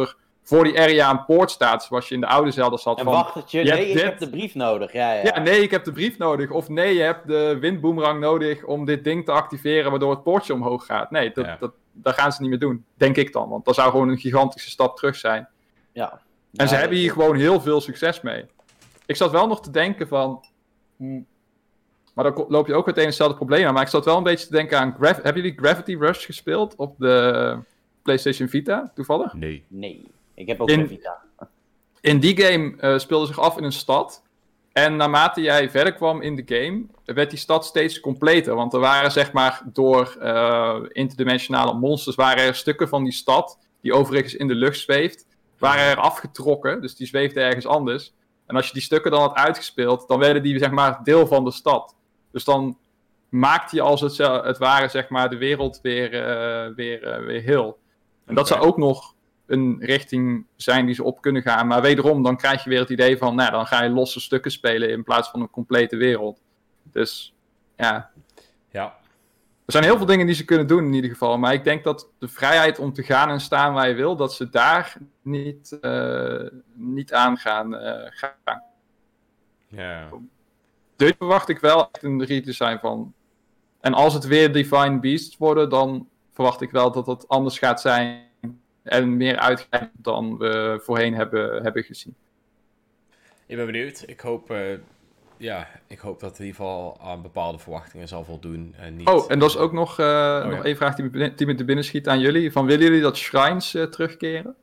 voor die area een poort staat, zoals je in de oude Zelda zat. En van, wachtertje, je nee, hebt ik dit. heb de brief nodig. Ja, ja. Ja, nee, ik heb de brief nodig. Of nee, je hebt de windboemerang nodig om dit ding te activeren, waardoor het poortje omhoog gaat. Nee, dat, Ja. dat, dat gaan ze niet meer doen. Denk ik dan, want dat zou gewoon een gigantische stap terug zijn. ja. En Ja, ze hebben dat- hier gewoon heel veel succes mee. Ik zat wel nog te denken van... hmm, maar dan ko- loop je ook meteen hetzelfde probleem aan. Maar ik zat wel een beetje te denken aan... Grav- hebben jullie Gravity Rush gespeeld op de PlayStation Vita, toevallig? Nee. Nee, ik heb ook In- een Vita. In die game uh, speelde zich af in een stad. En naarmate jij verder kwam in de game, werd die stad steeds completer. Want er waren zeg maar door uh, interdimensionale monsters, waren er stukken van die stad, die overigens in de lucht zweeft, waren er afgetrokken. Dus die zweefden ergens anders. En als je die stukken dan had uitgespeeld, dan werden die zeg maar deel van de stad. Dus dan maakte je als het, het ware zeg maar de wereld weer, uh, weer, uh, weer heel. En dat Oké. zou ook nog een richting zijn die ze op kunnen gaan. Maar wederom, dan krijg je weer het idee van, nou, dan ga je losse stukken spelen in plaats van een complete wereld. Dus, ja. Ja. Er zijn heel veel dingen die ze kunnen doen in ieder geval. Maar ik denk dat de vrijheid om te gaan en staan waar je wil, dat ze daar niet, uh, niet aan gaan, uh, gaan. Ja. Dus verwacht ik wel echt een redesign van. En als het weer Divine Beasts worden, dan verwacht ik wel dat het anders gaat zijn. En meer uitgaan dan we voorheen hebben, hebben gezien. Ik ben benieuwd. Ik hoop, uh, ja, ik hoop dat het in ieder geval aan bepaalde verwachtingen zal voldoen. En niet... Oh, en dat is ook nog, uh, oh, nog ja. één vraag die me, die me te binnen schiet aan jullie. Van, willen jullie dat shrines uh, terugkeren?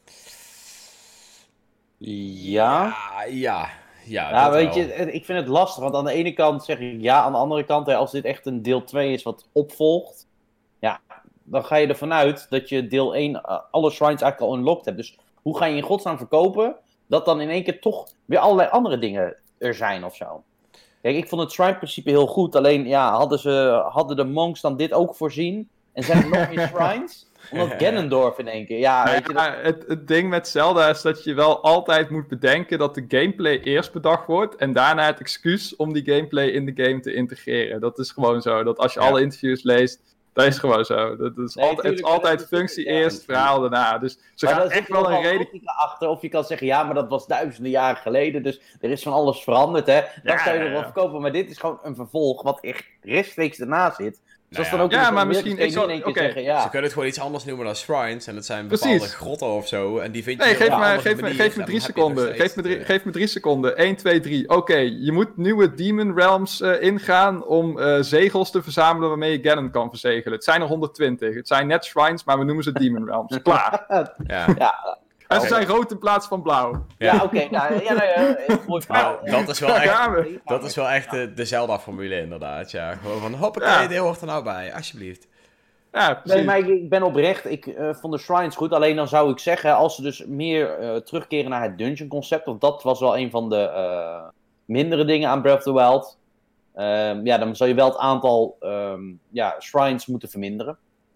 Ja. Ja, ja. Ja, Ja, dat weet wel. je, ik vind het lastig, want aan de ene kant zeg ik ja, aan de andere kant, hè, als dit echt een deel twee is wat opvolgt, ja, dan ga je ervan uit dat je deel één uh, alle shrines eigenlijk al unlocked hebt. Dus hoe ga je in godsnaam verkopen dat dan in één keer toch weer allerlei andere dingen er zijn of zo? Kijk, ik vond het shrine-principe heel goed, alleen ja, hadden, ze, hadden de monks dan dit ook voorzien en zijn er nog meer shrines? Omdat Ganondorf in één keer, ja, Nou weet je, ja, dat... het, het ding met Zelda is dat je wel altijd moet bedenken dat de gameplay eerst bedacht wordt en daarna het excuus om die gameplay in de game te integreren. Dat is gewoon zo. Dat als je Ja. alle interviews leest, dat is gewoon zo. Dat is Nee, altijd, het is tuurlijk, altijd dat is functie natuurlijk, ja. eerst, verhaal daarna. Dus ze Maar gaan daar zit echt wel een reden... logica achter. Of je kan zeggen, ja, maar dat was duizenden jaren geleden. Dus er is van alles veranderd, hè. Dat Ja, zou je ja, nog wel ja. verkopen. Maar dit is gewoon een vervolg wat echt rechtstreeks erna zit. Dus Nou als dan ja. ook Ja, in zo'n maar misschien- wereld ik kun je zou- niet in één keer oké. zeggen, ja. Ze kunnen het gewoon iets anders noemen dan shrines. En dat zijn Precies. bepaalde grotten of zo. En die vind je Nee, op geef een me, andere geef, me, manier, geef me en drie dan heb je nog seconden. steeds Geef me drie, de- geef me drie seconden. één, twee, drie. Oké, je moet nieuwe Demon Realms uh, ingaan om uh, zegels te verzamelen waarmee je Ganon kan verzegelen. Het zijn er honderdtwintig. Het zijn net shrines, maar we noemen ze Demon Realms. Klaar. Ja. Ja, En ze zijn rood in plaats van blauw. ja, oké. nou, ja, nou, ja, mooi verhaal. Nou, dat is wel Daar echt... gaan we. Dat is wel echt de, de Zelda-formule inderdaad, ja. Gewoon van, hoppakee, Ja. dit hoort er nou bij, alsjeblieft. Ja, precies. Nee, maar ik, ik ben oprecht. Ik uh, vond de shrines goed. Alleen dan zou ik zeggen, als ze dus meer uh, terugkeren naar het dungeon concept. Want dat was wel een van de uh, mindere dingen aan Breath of the Wild. Uh, ja, dan zou je wel het aantal um, ja, shrines moeten verminderen.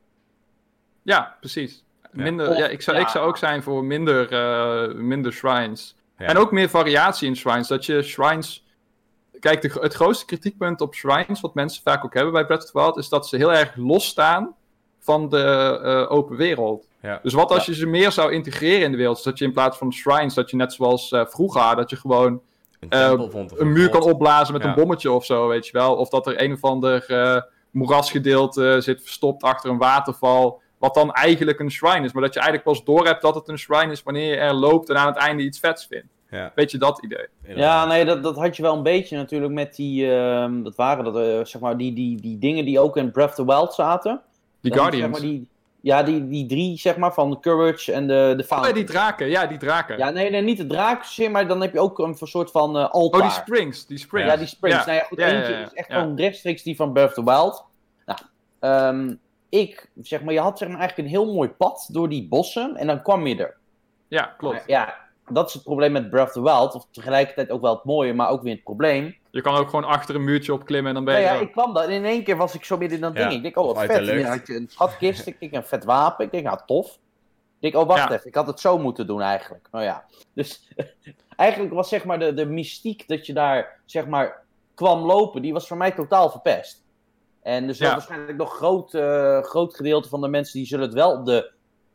Ja, precies. Minder, Of- ja, ik, zou, ja. ik zou ook zijn voor minder, uh, minder shrines. Ja. En ook meer variatie in shrines. Dat je shrines... Kijk, de, het grootste kritiekpunt op shrines, wat mensen vaak ook hebben bij Breath of the Wild, is dat ze heel erg losstaan van de uh, open wereld. Ja. Dus wat als je ze meer zou integreren in de wereld? Dus dat je in plaats van shrines, dat je net zoals uh, vroeger, dat je gewoon Een, uh, tempel vond of een muur kan grot. opblazen met Ja. een bommetje of zo, weet je wel. Of dat er een of ander uh, moerasgedeelte zit verstopt achter een waterval, wat dan eigenlijk een shrine is. Maar dat je eigenlijk pas doorhebt dat het een shrine is wanneer je er loopt en aan het einde iets vets vindt. Ja, Weet je dat idee? Ja, inderdaad. nee, dat, dat had je wel een beetje natuurlijk met die, uh, dat waren dat, uh, zeg maar, die, die, die dingen die ook in Breath of the Wild zaten. Die Dan, Guardians. Zeg maar, die, ja, die, die drie, zeg maar, van de Courage en de, de Oh, Fountain. die draken. Ja, die draken. Ja, nee, nee, niet de draak, zozeer, maar dan heb je ook een soort van uh, altaar. Oh, die springs. Die springs. Ja, die springs. Ja. Nou ja, goed, Ja, ja, eentje ja, is echt ja. gewoon rechtstreeks die van Breath of the Wild. Nou, um, ik, zeg maar, je had zeg maar, eigenlijk een heel mooi pad door die bossen en dan kwam je er. Ja, klopt. Maar ja, dat is het probleem met Breath of the Wild, of tegelijkertijd ook wel het mooie, maar ook weer het probleem. Je kan ook gewoon achter een muurtje opklimmen en dan ben Nou je ja, er. ik kwam daar en in één keer was ik zo midden in dat Ja, ding. Ik denk, oh wat uit de vet. En lucht. dan had je een schatkist, ik denk, een vet wapen. Ik denk, nou tof. Ik denk, oh wacht Ja. even, ik had het zo moeten doen eigenlijk. Nou ja, dus eigenlijk was zeg maar de, de mystiek dat je daar zeg maar kwam lopen, die was voor mij totaal verpest. En dus Ja. waarschijnlijk nog een groot, uh, groot gedeelte van de mensen die zullen het wel op de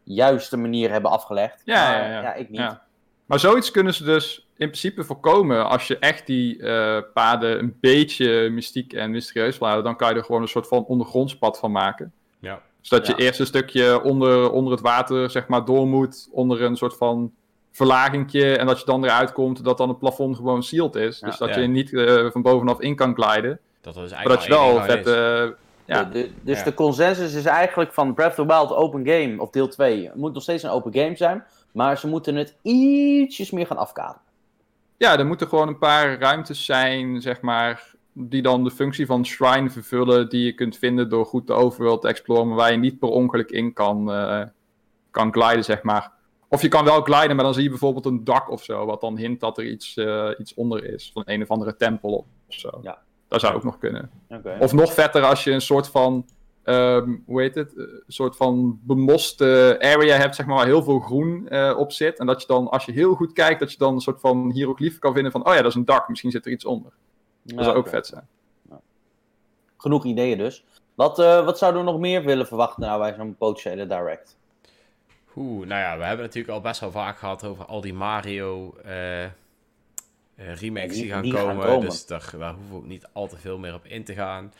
juiste manier hebben afgelegd. Ja, maar, ja, ja. ja, ik niet. Ja. Maar zoiets kunnen ze dus in principe voorkomen als je echt die uh, paden een beetje mystiek en mysterieus wil houden. Dan kan je er gewoon een soort van ondergrondspad van maken. Ja. Zodat je Ja. eerst een stukje onder, onder het water zeg maar door moet, onder een soort van verlagingje. En dat je dan eruit komt, dat dan het plafond gewoon sealed is. Ja. Dus dat Ja. je niet uh, van bovenaf in kan gliden. Dat was Maar eigenlijk dat je wel maar één ding vet... Uh, ja. De, de, dus Ja. de consensus is eigenlijk van Breath of the Wild open game, of deel twee. Het moet nog steeds een open game zijn, maar ze moeten het ietsjes meer gaan afkaderen. Ja, er moeten gewoon een paar ruimtes zijn, zeg maar, die dan de functie van shrine vervullen, die je kunt vinden door goed de overworld te exploren, maar waar je niet per ongeluk in kan, uh, kan gliden, zeg maar. Of je kan wel gliden, maar dan zie je bijvoorbeeld een dak of zo, wat dan hint dat er iets, uh, iets onder is, van een of andere tempel of zo. Ja. Dat zou ook nog kunnen. Okay. Of nog vetter als je een soort van, um, hoe heet het, een soort van bemoste area hebt, zeg maar, waar heel veel groen uh, op zit. En dat je dan, als je heel goed kijkt, dat je dan een soort van hieroglyphen kan vinden van, oh ja, dat is een dak, misschien zit er iets onder. Dat Ja, zou ook oké. vet zijn. Genoeg ideeën dus. Wat, uh, wat zouden we nog meer willen verwachten nou bij zo'n potentiële direct? Oeh, nou ja, we hebben natuurlijk al best wel vaak gehad over al die Mario uh, uh, remakes Ja, die- die, gaan, die gaan komen, komen. Dus daar, daar hoeven we ook niet al te veel meer op in te gaan.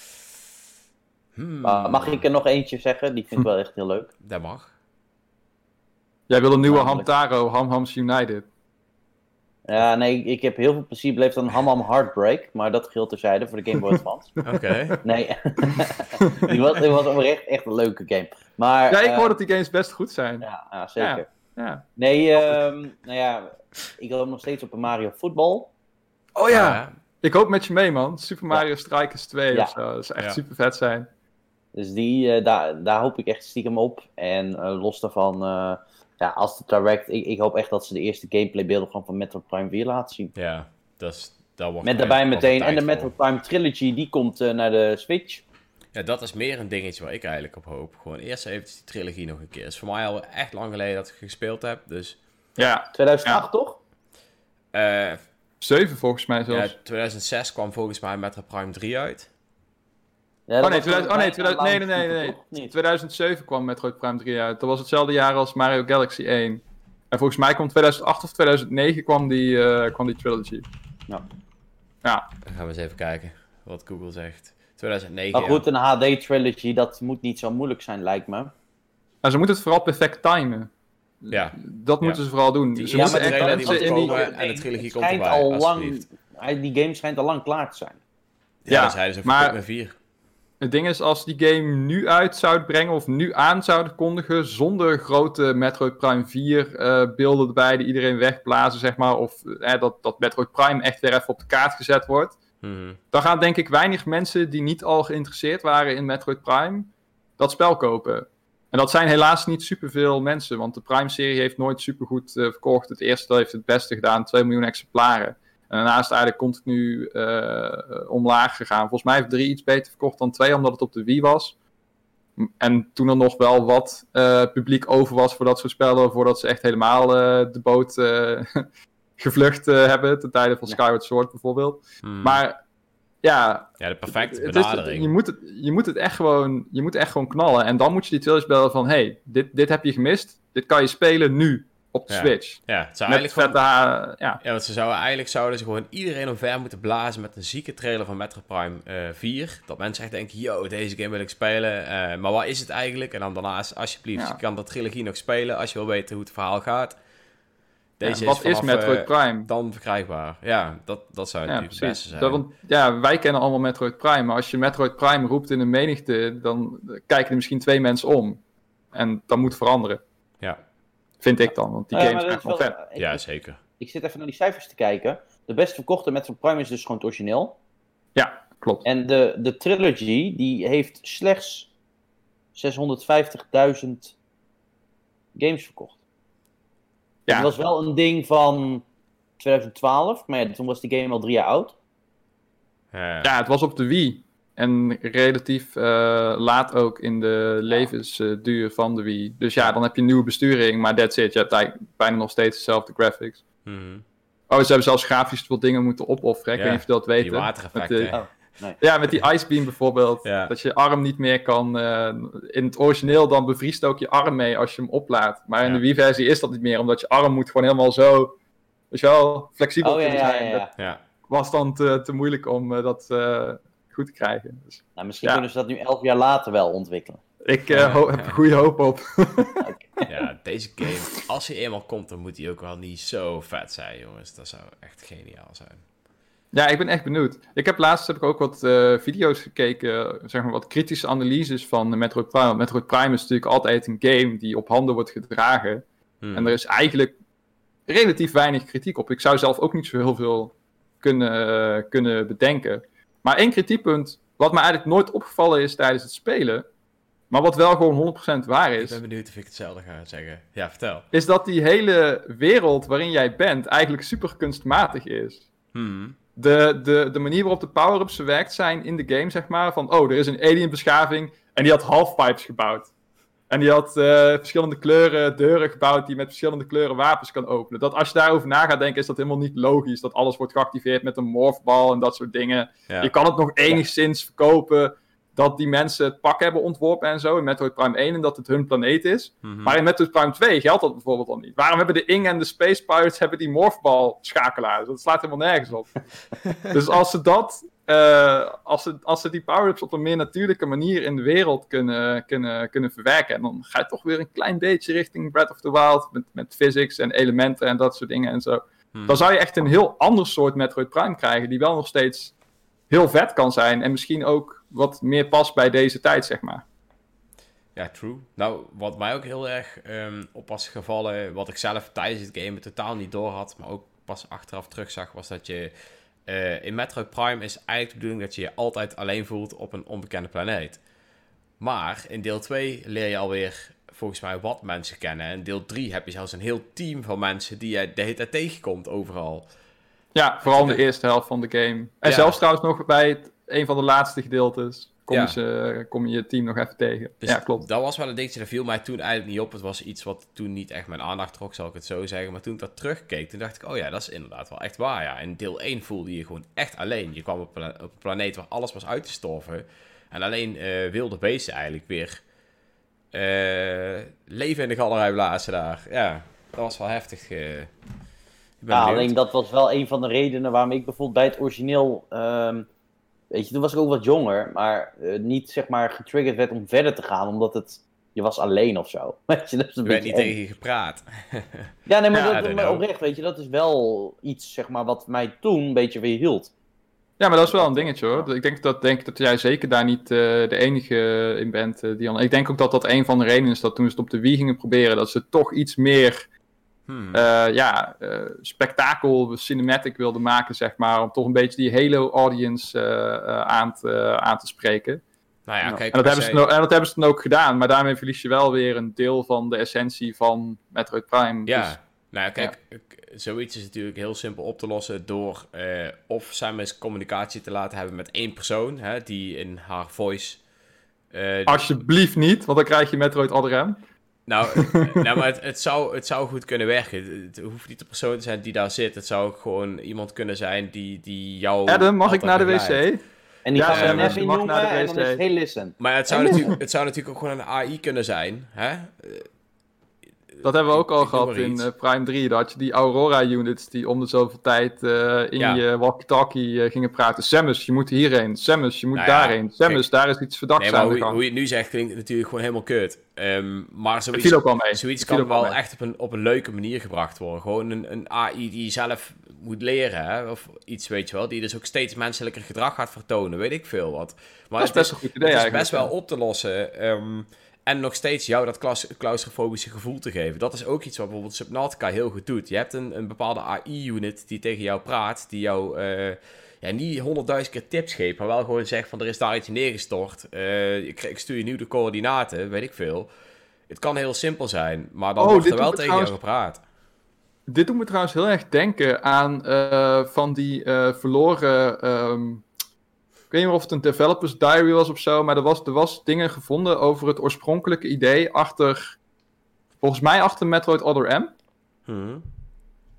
Hmm, Uh, mag ik er nog eentje zeggen? Die vind ik wel echt heel leuk. Dat mag. Jij wil een nieuwe Namelijk. Hamtaro, Ham Hams United. Ja, nee, ik heb heel veel plezier beleefd aan Ham Ham Heartbreak, maar dat geldt terzijde voor de Game Boy Advance. Oké. Nee, die was, die was oprecht echt een leuke game. Maar, Ja, ik eh, hoor dat die games best goed zijn. Ja, ja zeker. Ja. Nee, ehm, nou ja, ik hoop nog steeds op een Mario Football. Oh ja, ik hoop met je mee, man. Super Mario Ja. Strikers twee Ja. of zo. Dat zou echt Ja. super vet zijn. Dus die, eh, daar, daar hoop ik echt stiekem op. En eh, los daarvan, eh, ja, als de direct, ik, ik hoop echt dat ze de eerste gameplaybeelden gewoon van Metroid Prime vier laten zien. Ja, dat is... Dat wordt Met wel daarbij echt meteen, wel en de tijd voor. Metroid Prime Trilogy, die komt eh, naar de Switch. Ja, dat is meer een dingetje waar ik eigenlijk op hoop. Gewoon eerst even die trilogie nog een keer. Het is voor mij al echt lang geleden dat ik gespeeld heb, dus... Ja, tweeduizend acht toch? eh zeven volgens mij ja, zelfs. tweeduizend zes kwam volgens mij Metroid Prime drie uit. Ja, Oh dat nee, was tweeduizend, oh, nee, bijna tweeduizend, nee, nee, lang nee, nee, vroeger, toch? Niet? tweeduizend zeven kwam Metroid Prime drie uit. Dat was hetzelfde jaar als Mario Galaxy één. En volgens mij kwam tweeduizend acht of tweeduizend negen kwam die, uh, kwam die trilogy. Ja. Ja, Dan gaan we eens even kijken wat Google zegt. tweeduizend negen, Maar goed, een H D-trilogy, dat moet niet zo moeilijk zijn, lijkt me. en ze moeten het vooral perfect timen. Ja. Dat Ja. moeten ze vooral doen. Die Ze eerste moeten echt trailer die mensen moet in die... komen en de trilogie het komt schijnt erbij, al alsjeblieft. lang, die game schijnt al lang klaar te zijn. Ja, Ja, dat zeiden ze voor maar- Pikmin vier. Het ding is, als die game nu uit zouden brengen of nu aan zouden kondigen, zonder grote Metroid Prime vier uh, beelden erbij die iedereen wegblazen, zeg maar, of uh, dat, dat Metroid Prime echt weer even op de kaart gezet wordt, Mhm. dan gaan denk ik weinig mensen die niet al geïnteresseerd waren in Metroid Prime, dat spel kopen. En dat zijn helaas niet superveel mensen, want de Prime-serie heeft nooit supergoed uh, verkocht. Het eerste heeft het beste gedaan, twee miljoen exemplaren. En daarnaast eigenlijk continu uh, omlaag gegaan. Volgens mij heeft drie iets beter verkocht dan twee, omdat het op de Wii was. En toen er nog wel wat uh, publiek over was voor dat soort spellen, voordat ze echt helemaal uh, de boot uh, gevlucht uh, hebben, ten tijde van Ja. Skyward Sword bijvoorbeeld. Hmm. Maar ja, Ja, de perfecte het is, benadering. je, moet het, je moet het echt gewoon, je moet echt gewoon knallen. En dan moet je die trailers bellen van, hey, dit, dit heb je gemist. Dit kan je spelen nu op de Ja. Switch. Ja, het zou Met eigenlijk vette gewoon... ha- ja. Ja, want ze zouden eigenlijk zouden ze gewoon iedereen omver moeten blazen met een zieke trailer van Metroid Prime eh, vier. Dat mensen echt denken, yo, deze game wil ik spelen. Eh, maar wat is het eigenlijk? En dan daarnaast, alsjeblieft, Ja. je kan dat trilogie nog spelen als je wil weten hoe het verhaal gaat. Deze Ja, wat vanaf, is Metroid eh, Prime? dan verkrijgbaar. Ja, dat, dat zou Ja, natuurlijk het precies. beste zijn. Dat, want, ja, wij kennen allemaal Metroid Prime, maar als je Metroid Prime roept in een menigte, dan kijken er misschien twee mensen om. En dat moet veranderen. Ja, Vind ik dan, want die Ja, games maar zijn dat is gewoon wel- vet. ik- ja, zeker. Ik zit even naar die cijfers te kijken. De best verkochte Metroid Prime is dus gewoon het origineel. Ja, klopt. En de, de trilogy, die heeft slechts zeshonderdvijftigduizend games verkocht. Ja. Dat was wel een ding van twintig twaalf, maar ja, toen was die game al drie jaar oud. Ja. Ja, het was op de Wii. En relatief uh, laat ook in de levensduur van de Wii. Dus ja, dan heb je een nieuwe besturing, maar that's it. Je hebt eigenlijk bijna nog steeds dezelfde graphics. Mhm. Oh, ze hebben zelfs grafisch wat dingen moeten opofferen. Ik Ja, weet niet of je dat weet. Die hè. watereffecten. Met, uh, Oh. Nee. Ja, met die Ice Beam bijvoorbeeld. Ja. Dat je arm niet meer kan... Uh, in het origineel dan bevriest ook je arm mee als je hem oplaadt. Maar in Ja. de Wii-versie is dat niet meer. Omdat je arm moet gewoon helemaal zo... Weet je wel, flexibel Oh, ja, kunnen ja, zijn. ja, ja. Dat Ja. was dan te, te moeilijk om uh, dat uh, goed te krijgen. Dus, Nou, misschien ja. kunnen ze dat nu elf jaar later wel ontwikkelen. ik uh, Ja, ho- ja. heb er goede hoop op. Ja, deze game, als hij eenmaal komt, dan moet hij ook wel niet zo vet zijn, jongens. Dat zou echt geniaal zijn. Ja, ik ben echt benieuwd. Ik heb laatst heb ik ook wat uh, video's gekeken, zeg maar wat kritische analyses van Metroid Prime. Want Metroid Prime is natuurlijk altijd een game die op handen wordt gedragen. Hmm. En er is eigenlijk relatief weinig kritiek op. Ik zou zelf ook niet zo heel veel kunnen, uh, kunnen bedenken. Maar één kritiekpunt, wat me eigenlijk nooit opgevallen is tijdens het spelen, maar wat wel gewoon honderd procent waar Ik is, ben benieuwd of ik hetzelfde ga zeggen. Ja, vertel. is dat die hele wereld waarin jij bent eigenlijk super kunstmatig is. Hmm. De, de, de manier waarop de power-ups verwerkt zijn in de game, zeg maar, van oh, er is een alien-beschaving en die had halfpipes gebouwd. En die had uh, verschillende kleuren deuren gebouwd die met verschillende kleuren wapens kan openen. Dat als je daarover na gaat denken, is dat helemaal niet logisch. Dat alles wordt geactiveerd met een morphbal en dat soort dingen. Ja. Je kan het nog enigszins verkopen dat die mensen het pak hebben ontworpen en zo in Metroid Prime één en dat het hun planeet is. Mhm. Maar in Metroid Prime twee geldt dat bijvoorbeeld al niet. Waarom hebben de Ing en de Space Pirates hebben die morphbal schakelaars? Dat slaat helemaal nergens op. Dus als ze dat, uh, als ze, als ze die power-ups op een meer natuurlijke manier in de wereld kunnen, kunnen, kunnen verwerken, en dan ga je toch weer een klein beetje richting Breath of the Wild met, met physics en elementen en dat soort dingen en zo. Hmm. Dan zou je echt een heel ander soort Metroid Prime krijgen, die wel nog steeds heel vet kan zijn en misschien ook wat meer past bij deze tijd, zeg maar. Ja, true. Nou, wat mij ook heel erg um, op was gevallen, wat ik zelf tijdens het game totaal niet door had, maar ook pas achteraf terugzag, was dat je uh, in Metroid Prime is eigenlijk de bedoeling dat je je altijd alleen voelt op een onbekende planeet. Maar in deel twee leer je alweer volgens mij wat mensen kennen. En in deel drie heb je zelfs een heel team van mensen die je de hele tijd tegenkomt overal. Ja, vooral in de eerste helft van de game. En Ja. zelfs trouwens nog bij het, een van de laatste gedeeltes kom, Ja. je, ze, kom je je team nog even tegen. Dus ja, klopt. dat was wel een dingetje, dat viel mij toen eigenlijk niet op. Het was iets wat toen niet echt mijn aandacht trok, zal ik het zo zeggen. Maar toen ik dat terugkeek, toen dacht ik, oh ja, dat is inderdaad wel echt waar. Ja. In deel één voelde je gewoon echt alleen. Je kwam op, pla- op een planeet waar alles was uitgestorven. En alleen uh, wilde beesten eigenlijk weer uh, leven in de galerij blazen daar. Ja, dat was wel heftig. Uh, ik ben Ja, benieuwd. alleen dat was wel een van de redenen waarom ik bijvoorbeeld bij het origineel... Um, weet je, toen was ik ook wat jonger, maar uh, niet zeg maar getriggerd werd om verder te gaan, omdat het... Je was alleen of zo. Weet je, dat is een Er werd beetje niet eng. tegen je gepraat. Ja, nee, maar, Ja, I dat, don't maar know. oprecht, weet je, dat is wel iets, zeg maar, wat mij toen een beetje weerhield. Ja, maar dat is wel een dingetje hoor. Ik denk dat, denk dat jij zeker daar niet uh, de enige in bent, uh, Dion. Ik denk ook dat dat een van de redenen is dat toen ze het op de Wii gingen proberen, dat ze toch iets meer Hmm. uh, ja, uh, spektakel, cinematic wilden maken, zeg maar. Om toch een beetje die Halo-audience uh, uh, aan, te, uh, aan te spreken. Nou ja, Ja. kijk, En, dat als hebben ze jij- dan, en dat hebben ze dan ook gedaan, maar daarmee verlies je wel weer een deel van de essentie van Metroid Prime. Ja, Dus, nou ja, kijk, ik- zoiets is natuurlijk heel simpel op te lossen door uh, of Samus communicatie te laten hebben met één persoon, hè, die in haar voice... Uh, alsjeblieft niet, want dan krijg je Metroid Other M. Nou, uh, nou maar het, het, zou, het zou goed kunnen werken. Het hoeft niet de persoon te zijn die daar zit. Het zou ook gewoon iemand kunnen zijn die, die jou... Adam, mag ik naar de altijd wc? En die Ja, gaan ze ja, dan maar even je mag innoemen naar de en dan is het wc. hey listen. Maar het zou, natuurlijk, het zou natuurlijk ook gewoon een A I kunnen zijn. Hè? Uh, Dat hebben we ook al Ik noem gehad maar in iets. uh, Prime drie. Dat had je die Aurora-units die om de zoveel tijd uh, in Ja. je walkie-talkie uh, gingen praten. Samus, je moet hierheen. Samus, je moet Nou ja, daarheen. Samus, daar is iets verdachts Nee, maar aan hoe, de je- gang. hoe je het nu zegt klinkt het natuurlijk gewoon helemaal kut. Um, maar Het zoiets, viel ook wel mee. zoiets Het viel kan ook wel wel mee. echt op een, op een leuke manier gebracht worden. Gewoon een, een A I die zelf moet leren, hè? Of iets, weet je wel. Die dus ook steeds menselijker gedrag gaat vertonen, weet ik veel wat. Maar Dat is het best een goed idee Het is eigenlijk. best wel op te lossen. Um, en nog steeds jou dat klaus- claustrofobische gevoel te geven. Dat is ook iets wat bijvoorbeeld Subnautica heel goed doet. Je hebt een, een bepaalde A I-unit die tegen jou praat, die jou... Uh, ja, niet honderdduizend keer tips geeft, maar wel gewoon zegt van er is daar iets neergestort. Uh, ik, ik stuur je nu de coördinaten, weet ik veel. Het kan heel simpel zijn, maar dan Oh, wordt dit er wel doet me tegen jou trouwens- gepraat. Dit doet me trouwens heel erg denken aan uh, van die uh, verloren... Um, ik weet niet meer of het een developer's diary was of zo, maar er was, er was dingen gevonden over het oorspronkelijke idee achter... Volgens mij achter Metroid Other M. Hmm.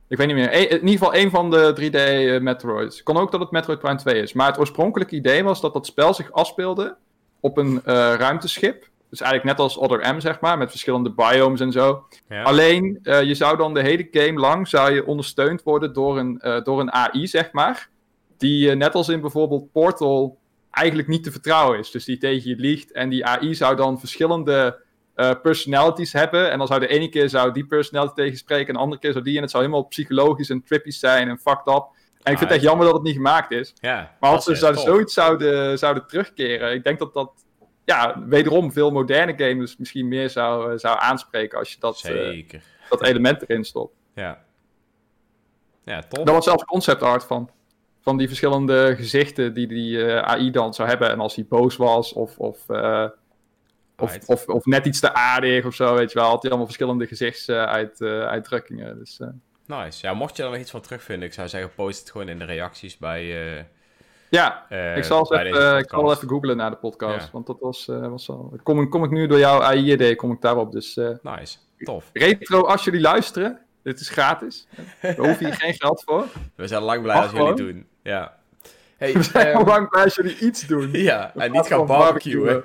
Ik weet niet meer. E- in ieder geval één van de drie D uh, Metroids. Kon ook dat het Metroid Prime twee is. Maar het oorspronkelijke idee was dat dat spel zich afspeelde op een uh, ruimteschip. Dus eigenlijk net als Other M, zeg maar, met verschillende biomes en zo. Ja. Alleen, uh, je zou dan de hele game lang zou je ondersteund worden door een, uh, door een A I, zeg maar. Die, uh, net als in bijvoorbeeld Portal, eigenlijk niet te vertrouwen is. Dus die tegen je liegt. En die A I zou dan verschillende uh, personalities hebben. En dan zou de ene keer zou die personality tegenspreken. En de andere keer zou die. En het zou helemaal psychologisch en trippy zijn en fucked up. En ik vind het echt jammer dat het niet gemaakt is. Ja, maar als ze is, zouden, tof. zoiets zouden, zouden terugkeren. Ik denk dat dat, ja, wederom veel moderne gamers misschien meer zou, uh, zou aanspreken. Als je dat, Zeker. Uh, dat element erin stopt. Ja. Ja, tof. Daar was zelfs concept art van. Van die verschillende gezichten die die uh, A I dan zou hebben. En als hij boos was of, of, uh, of, Right. of, of net iets te aardig of zo, weet je wel. Had hij allemaal verschillende gezichtsuitdrukkingen. Uh, dus, uh... Nice. Ja, mocht je er nog iets van terugvinden, ik zou zeggen, post het gewoon in de reacties bij... Uh, ja, uh, ik zal, eens bij even, uh, ik zal wel even googlen naar de podcast. Ja. Want dat was, uh, was al... Kom, kom ik nu door jouw A I-idee, kom ik daarop. Dus, uh... nice. Tof. Retro, als jullie luisteren, dit is gratis. We hoeven hier geen geld voor. We zijn lang blij Mag als jullie het gewoon. doen. Ja. Hey, We zijn um, al lang blij als jullie iets doen. Ja, We en gaan niet gaan gewoon barbecuen.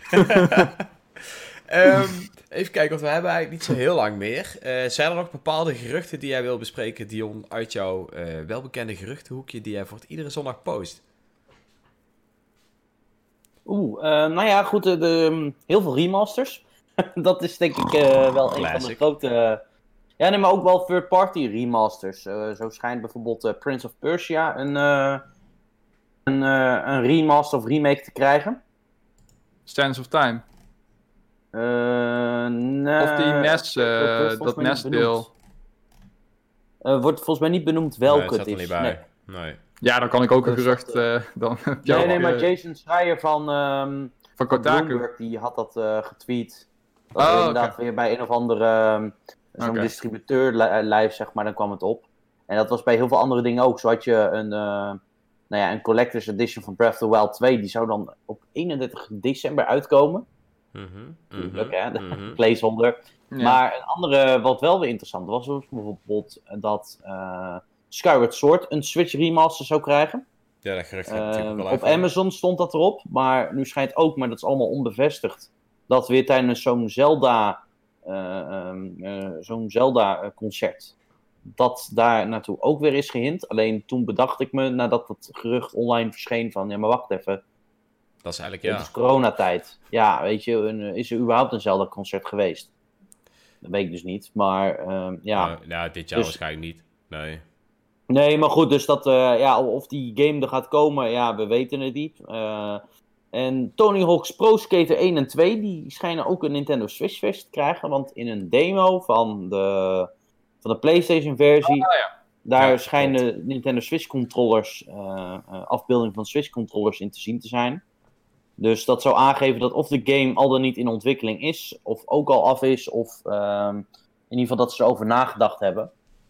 um, even kijken, want we hebben eigenlijk niet zo heel lang meer. Uh, zijn er nog bepaalde geruchten die jij wil bespreken, Dion, uit jouw uh, welbekende geruchtenhoekje die jij voor het iedere zondag post? Oeh, uh, nou ja, goed, de, de, heel veel remasters. Dat is denk ik uh, wel Classic. een van de grote... Uh, ja, nee, maar ook wel third-party remasters. Uh, zo schijnt bijvoorbeeld uh, Prince of Persia een, uh, een, uh, een remaster of remake te krijgen. Sands of Time. Uh, nee, Of die N E S, uh, dat wordt volgens dat mij niet NES-deel. Uh, wordt volgens mij niet benoemd Nee, welke het het zat er is. niet bij. Nee. Nee. Ja, dan kan ik ook een Dus gerucht dat, uh, uh, dan... Nee, jou, nee, maar uh, Jason Schreier van, um, van van Kotaku. Bloomberg, die had dat uh, getweet. Dat Oh, er oké. inderdaad weer bij een of andere um, zo'n Oké. distributeur-lijf, zeg maar, dan kwam het op. En dat was bij heel veel andere dingen ook. Zo had je een, uh, nou ja, een Collector's Edition van Breath of the Wild twee. Die zou dan op eenendertig december uitkomen. Mm-hmm. Tuurlijk, hè, de Mm-hmm. placeholder. Ja. Maar een andere, wat wel weer interessant was, was bijvoorbeeld dat uh, Skyward Sword een Switch remaster zou krijgen. Ja, dat gerucht gaat natuurlijk Uh, wel op even. Amazon stond dat erop, maar nu schijnt ook, maar dat is allemaal onbevestigd, dat weer tijdens zo'n Zelda, uh, um, uh, zo'n Zelda-concert, dat daar naartoe ook weer is gehint. Alleen toen bedacht ik me, nadat dat gerucht online verscheen, van ja, maar wacht even, Dat is eigenlijk, het ja. is coronatijd. Ja, weet je, een, is er überhaupt een Zelda-concert geweest? Dat weet ik dus niet, maar um, ja. Uh, nou, dit jaar Dus- waarschijnlijk niet. Nee. Nee, maar goed, dus dat, uh, ja, of die game er gaat komen, ja, we weten het niet. Uh, en Tony Hawk's Pro Skater één en twee, die schijnen ook een Nintendo Switch versie te krijgen. Want in een demo van de, van de PlayStation versie, Ah, ja. daar Ja, schijnen Nintendo Switch controllers, uh, uh, afbeelding van Switch controllers in te zien te zijn. Dus dat zou aangeven dat of de game al dan niet in ontwikkeling is, of ook al af is, of um, in ieder geval dat ze erover nagedacht hebben.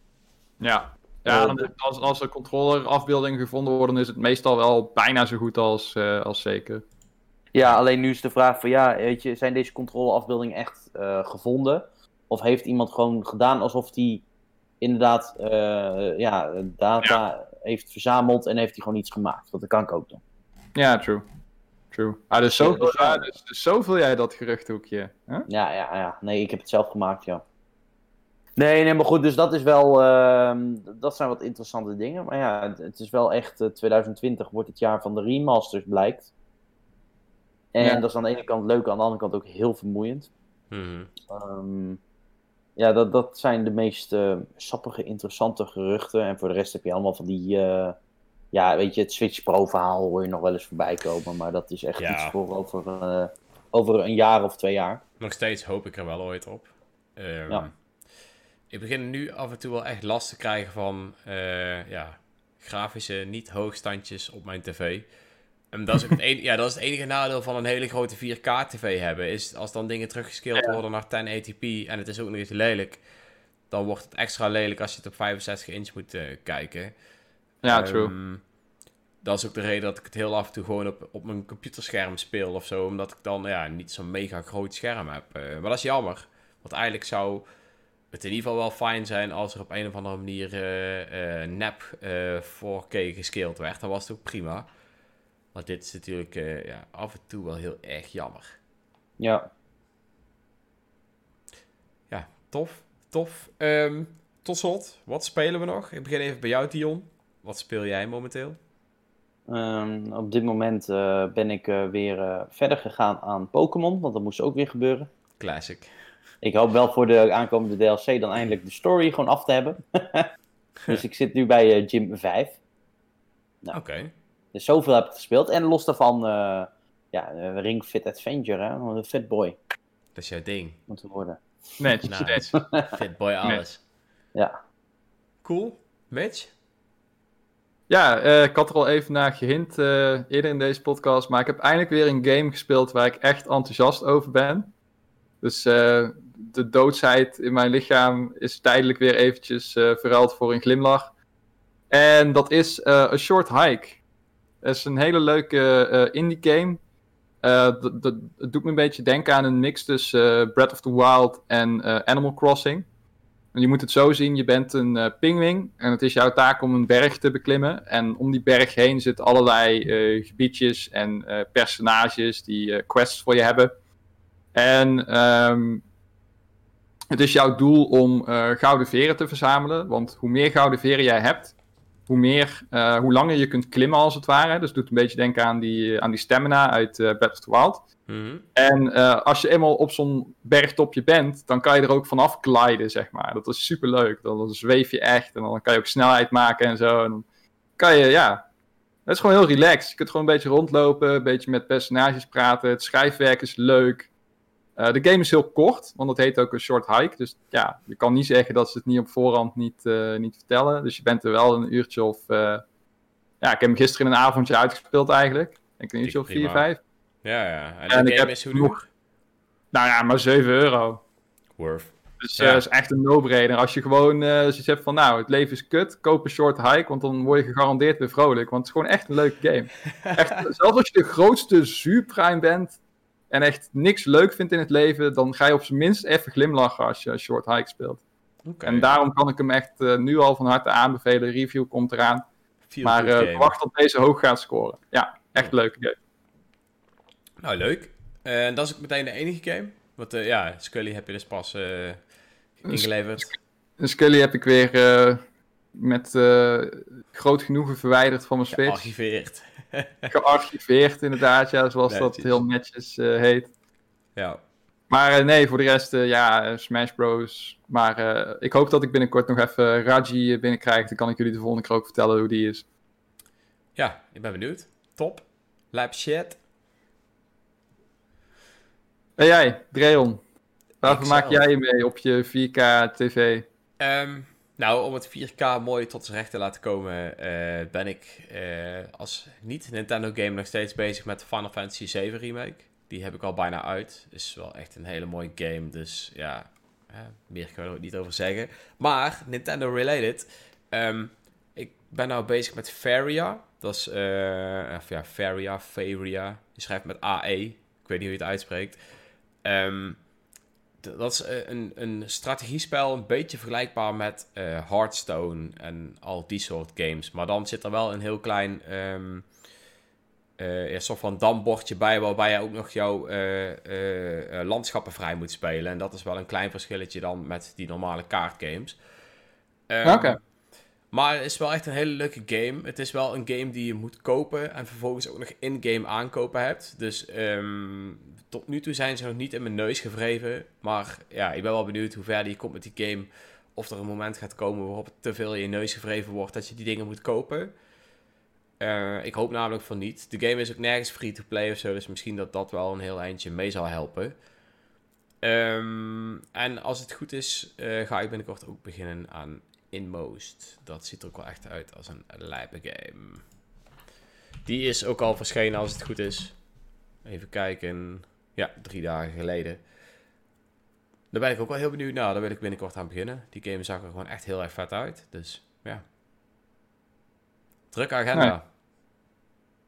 Ja, ja Uh, dan, als, als er controller-afbeeldingen gevonden worden, is het meestal wel bijna zo goed als, uh, als zeker. Ja, alleen nu is de vraag van ja, weet je, zijn deze controleafbeeldingen echt uh, gevonden? Of heeft iemand gewoon gedaan alsof hij inderdaad uh, ja, data Ja. heeft verzameld en heeft hij gewoon iets gemaakt? Want dat kan ik ook doen. Ja, true. True. Ah, dus, zoveel, dus ja. ja, dus, dus zoveel jij dat geruchthoekje. Huh? Ja, ja, ja. Nee, ik heb het zelf gemaakt, ja. Nee, nee, maar goed, dus dat is wel, uh, dat zijn wat interessante dingen. Maar ja, het, het is wel echt, uh, twintig twintig wordt het jaar van de remasters, blijkt. En Ja. dat is aan de ene kant leuk, aan de andere kant ook heel vermoeiend. Mm-hmm. Um, ja, dat, dat zijn de meest uh, sappige, interessante geruchten. En voor de rest heb je allemaal van die... Uh, ja, weet je, het Switch Pro verhaal hoor je nog wel eens voorbij komen. Maar dat is echt Ja. iets voor over, uh, over een jaar of twee jaar. Nog steeds hoop ik er wel ooit op. Um, Ja. Ik begin nu af en toe wel echt last te krijgen van uh, ja, grafische niet-hoogstandjes op mijn tv. En dat is, ook het enige, ja, dat is het enige nadeel van een hele grote vier K tv hebben. Is als dan dingen teruggescaled Ja. worden naar tien eighty p en het is ook nog eens lelijk, dan wordt het extra lelijk als je het op vijfenzestig inch moet uh, kijken. Ja, Um, true. Dat is ook de reden dat ik het heel af en toe gewoon op, op mijn computerscherm speel of zo. Omdat ik dan ja, niet zo'n mega groot scherm heb. Uh, maar dat is jammer. Want eigenlijk zou het in ieder geval wel fijn zijn als er op een of andere manier uh, uh, nep uh, four K gescaled werd. Dan was het ook prima. Maar dit is natuurlijk uh, ja, af en toe wel heel erg jammer. Ja. Ja, tof. Tof. Um, tot slot, wat spelen we nog? Ik begin even bij jou, Dion. Wat speel jij momenteel? Um, op dit moment uh, ben ik uh, weer uh, verder gegaan aan Pokémon, want dat moest ook weer gebeuren. Classic. Ik hoop wel voor de aankomende D L C dan eindelijk de story gewoon af te hebben. Dus ik zit nu bij uh, Gym vijf. Nou, Oké. Okay. Dus zoveel heb ik gespeeld. En los daarvan, uh, ja, uh, Ring Fit Adventure, hè. Een fit boy. Dat is jouw ding. Moet worden. Netjes. Nice. Fit boy alles. Ja. Cool. Mitch? Ja, uh, ik had er al even naar gehint uh, eerder in deze podcast, maar ik heb eindelijk weer een game gespeeld waar ik echt enthousiast over ben. Dus uh, de doodsheid in mijn lichaam is tijdelijk weer eventjes uh, verruild voor een glimlach. En dat is uh, A Short Hike. Het is een hele leuke uh, indie game. Uh, het doet me een beetje denken aan een mix tussen uh, Breath of the Wild en uh, Animal Crossing. En je moet het zo zien, je bent een uh, pinguïn en het is jouw taak om een berg te beklimmen. En om die berg heen zitten allerlei uh, gebiedjes en uh, personages die uh, quests voor je hebben. En um, het is jouw doel om uh, gouden veren te verzamelen. Want hoe meer gouden veren jij hebt, hoe, meer, uh, hoe langer je kunt klimmen als het ware. Dus het doet een beetje denken aan die, aan die stamina uit uh, Breath of the Wild. Mm-hmm. En uh, als je eenmaal op zo'n bergtopje bent, dan kan je er ook vanaf gliden, zeg maar. Dat is super leuk. Dan zweef je echt en dan kan je ook snelheid maken en zo. En dan kan je, ja... Het is gewoon heel relaxed. Je kunt gewoon een beetje rondlopen, een beetje met personages praten. Het schrijfwerk is leuk. Uh, de game is heel kort, want het heet ook een short hike. Dus ja, je kan niet zeggen dat ze het niet op voorhand niet, uh, niet vertellen. Dus je bent er wel een uurtje of... Uh... Ja, ik heb hem gisteren in een avondje uitgespeeld eigenlijk. Ik denk een uurtje of vier, vijf. Ja, ja. En, en de ik game heb is hoe nog... duur? Nou ja, maar zeven euro. Worth. Dus ja. dat uh, is echt een no-brainer. Als je gewoon uh, zoiets hebt van, nou, het leven is kut, koop een short hike, want dan word je gegarandeerd weer vrolijk. Want het is gewoon echt een leuke game. Echt, zelfs als je de grootste zuurpruim bent en echt niks leuk vindt in het leven, dan ga je op zijn minst even glimlachen als je een short hike speelt. Okay. En daarom kan ik hem echt uh, nu al van harte aanbevelen. De review komt eraan. Feel maar uh, wacht tot deze hoog gaat scoren. Ja, echt een leuke game. Nou, leuk. En uh, dat is ook meteen de enige game. Want uh, ja, Scully heb je dus pas uh, ingeleverd. Een Scully heb ik weer uh, met uh, groot genoegen verwijderd van mijn Switch. Gearchiveerd. Gearchiveerd inderdaad, ja, zoals netjes. Dat heel netjes uh, heet. Ja. Maar uh, nee, voor de rest, uh, ja, uh, Smash Bros. Maar uh, ik hoop dat ik binnenkort nog even Raji binnenkrijg. Dan kan ik jullie de volgende keer ook vertellen hoe die is. Ja, ik ben benieuwd. Top. Lab shit. En jij, Dreon? Waarvoor maak jij je mee op je vier K tv? Um, nou, om het vier K mooi tot zijn recht te laten komen, uh, ben ik uh, als niet-Nintendo-game nog steeds bezig met Final Fantasy zeven Remake. Die heb ik al bijna uit. Is wel echt een hele mooie game, dus ja, uh, meer kan ik er niet over zeggen. Maar, Nintendo-related, um, ik ben nou bezig met Faria. Dat is, uh, of ja, Faria, Faria. Je schrijft met A E. Ik weet niet hoe je het uitspreekt. Um, Dat is een, een strategiespel, een beetje vergelijkbaar met uh, Hearthstone en al die soort games. Maar dan zit er wel een heel klein um, uh, ja, soort van dambordje bij, waarbij je ook nog jouw uh, uh, uh, landschappen vrij moet spelen. En dat is wel een klein verschilletje dan met die normale kaartgames. Um, Oké. Okay. Maar het is wel echt een hele leuke game. Het is wel een game die je moet kopen en vervolgens ook nog in-game aankopen hebt. Dus um, tot nu toe zijn ze nog niet in mijn neus gewreven. Maar ja, ik ben wel benieuwd hoe ver je komt met die game. Of er een moment gaat komen waarop het te veel in je neus gewreven wordt dat je die dingen moet kopen. Uh, ik hoop namelijk van niet. De game is ook nergens free-to-play of zo. Dus misschien dat dat wel een heel eindje mee zal helpen. Um, en als het goed is, uh, ga ik binnenkort ook beginnen aan Inmost. Dat ziet er ook wel echt uit als een lijpe game. Die is ook al verschenen als het goed is. Even kijken. Ja, drie dagen geleden. Daar ben ik ook wel heel benieuwd naar. Daar wil ik binnenkort aan beginnen. Die game zag er gewoon echt heel erg vet uit. Dus ja. Drukke agenda.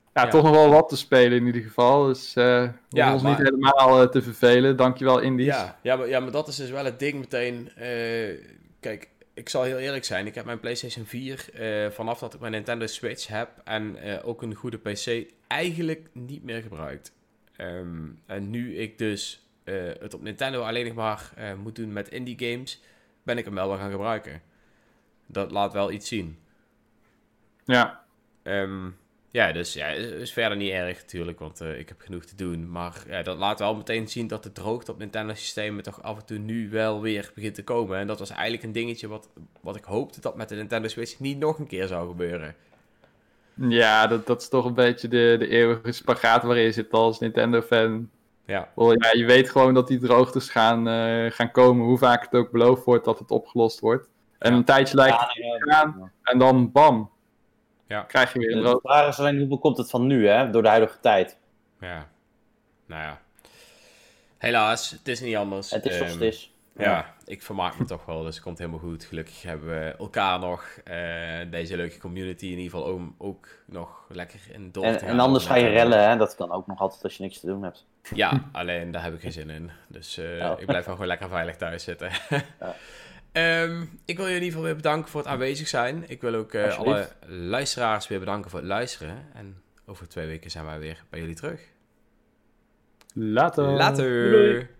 Ja, Ja. toch nog wel wat te spelen in ieder geval. Dus eh we Ja, ons maar- niet helemaal eh, te vervelen. Dankjewel, Indies. Ja, ja, maar, ja, maar dat is dus wel het ding meteen. eh, kijk, ik zal heel eerlijk zijn. Ik heb mijn PlayStation vier eh, vanaf dat ik mijn Nintendo Switch heb en eh, ook een goede P C eigenlijk niet meer gebruikt. Ehm, en nu ik dus eh, het op Nintendo alleen nog maar eh, moet doen met indie games, ben ik hem wel weer gaan gebruiken. Dat laat wel iets zien. Ja. Ehm, ja, dus ja, is, is verder niet erg natuurlijk, want eh, ik heb genoeg te doen. Maar ja, dat laat wel meteen zien dat de droogte op Nintendo-systemen toch af en toe nu wel weer begint te komen. En dat was eigenlijk een dingetje wat, wat ik hoopte dat met de Nintendo Switch niet nog een keer zou gebeuren. Ja, dat, dat is toch een beetje de, de eeuwige spagaat waarin je zit als Nintendo-fan. Ja, Wel, ja, je weet gewoon dat die droogtes gaan, eh, gaan komen, hoe vaak het ook beloofd wordt dat het opgelost wordt. En Ja. een tijdje lijkt Ja, het nee, te gaan, en dan bam, Ja. krijg je weer een de droogte. vraag is alleen hoeveel komt het van nu, hè? Door de huidige tijd. ja. Nou ja. Helaas, het is niet anders. Het is zoals Ehm, het is. Ja, ik vermaak me toch wel, dus het komt helemaal goed. Gelukkig hebben we elkaar nog, eh, deze leuke community in ieder geval ook, ook nog lekker in door te En, gaan. en anders ga je Nintendo. rellen, hè? Dat kan ook nog altijd als je niks te doen hebt. Ja, alleen daar heb ik geen zin in. Dus eh, Oh. ik blijf wel gewoon lekker veilig thuis zitten. Ja. Ehm, ik wil je in ieder geval weer bedanken voor het aanwezig zijn. Ik wil ook eh, alle Alsjeblieft. luisteraars weer bedanken voor het luisteren. En over twee weken zijn wij weer bij jullie terug. Later. Later! Doei.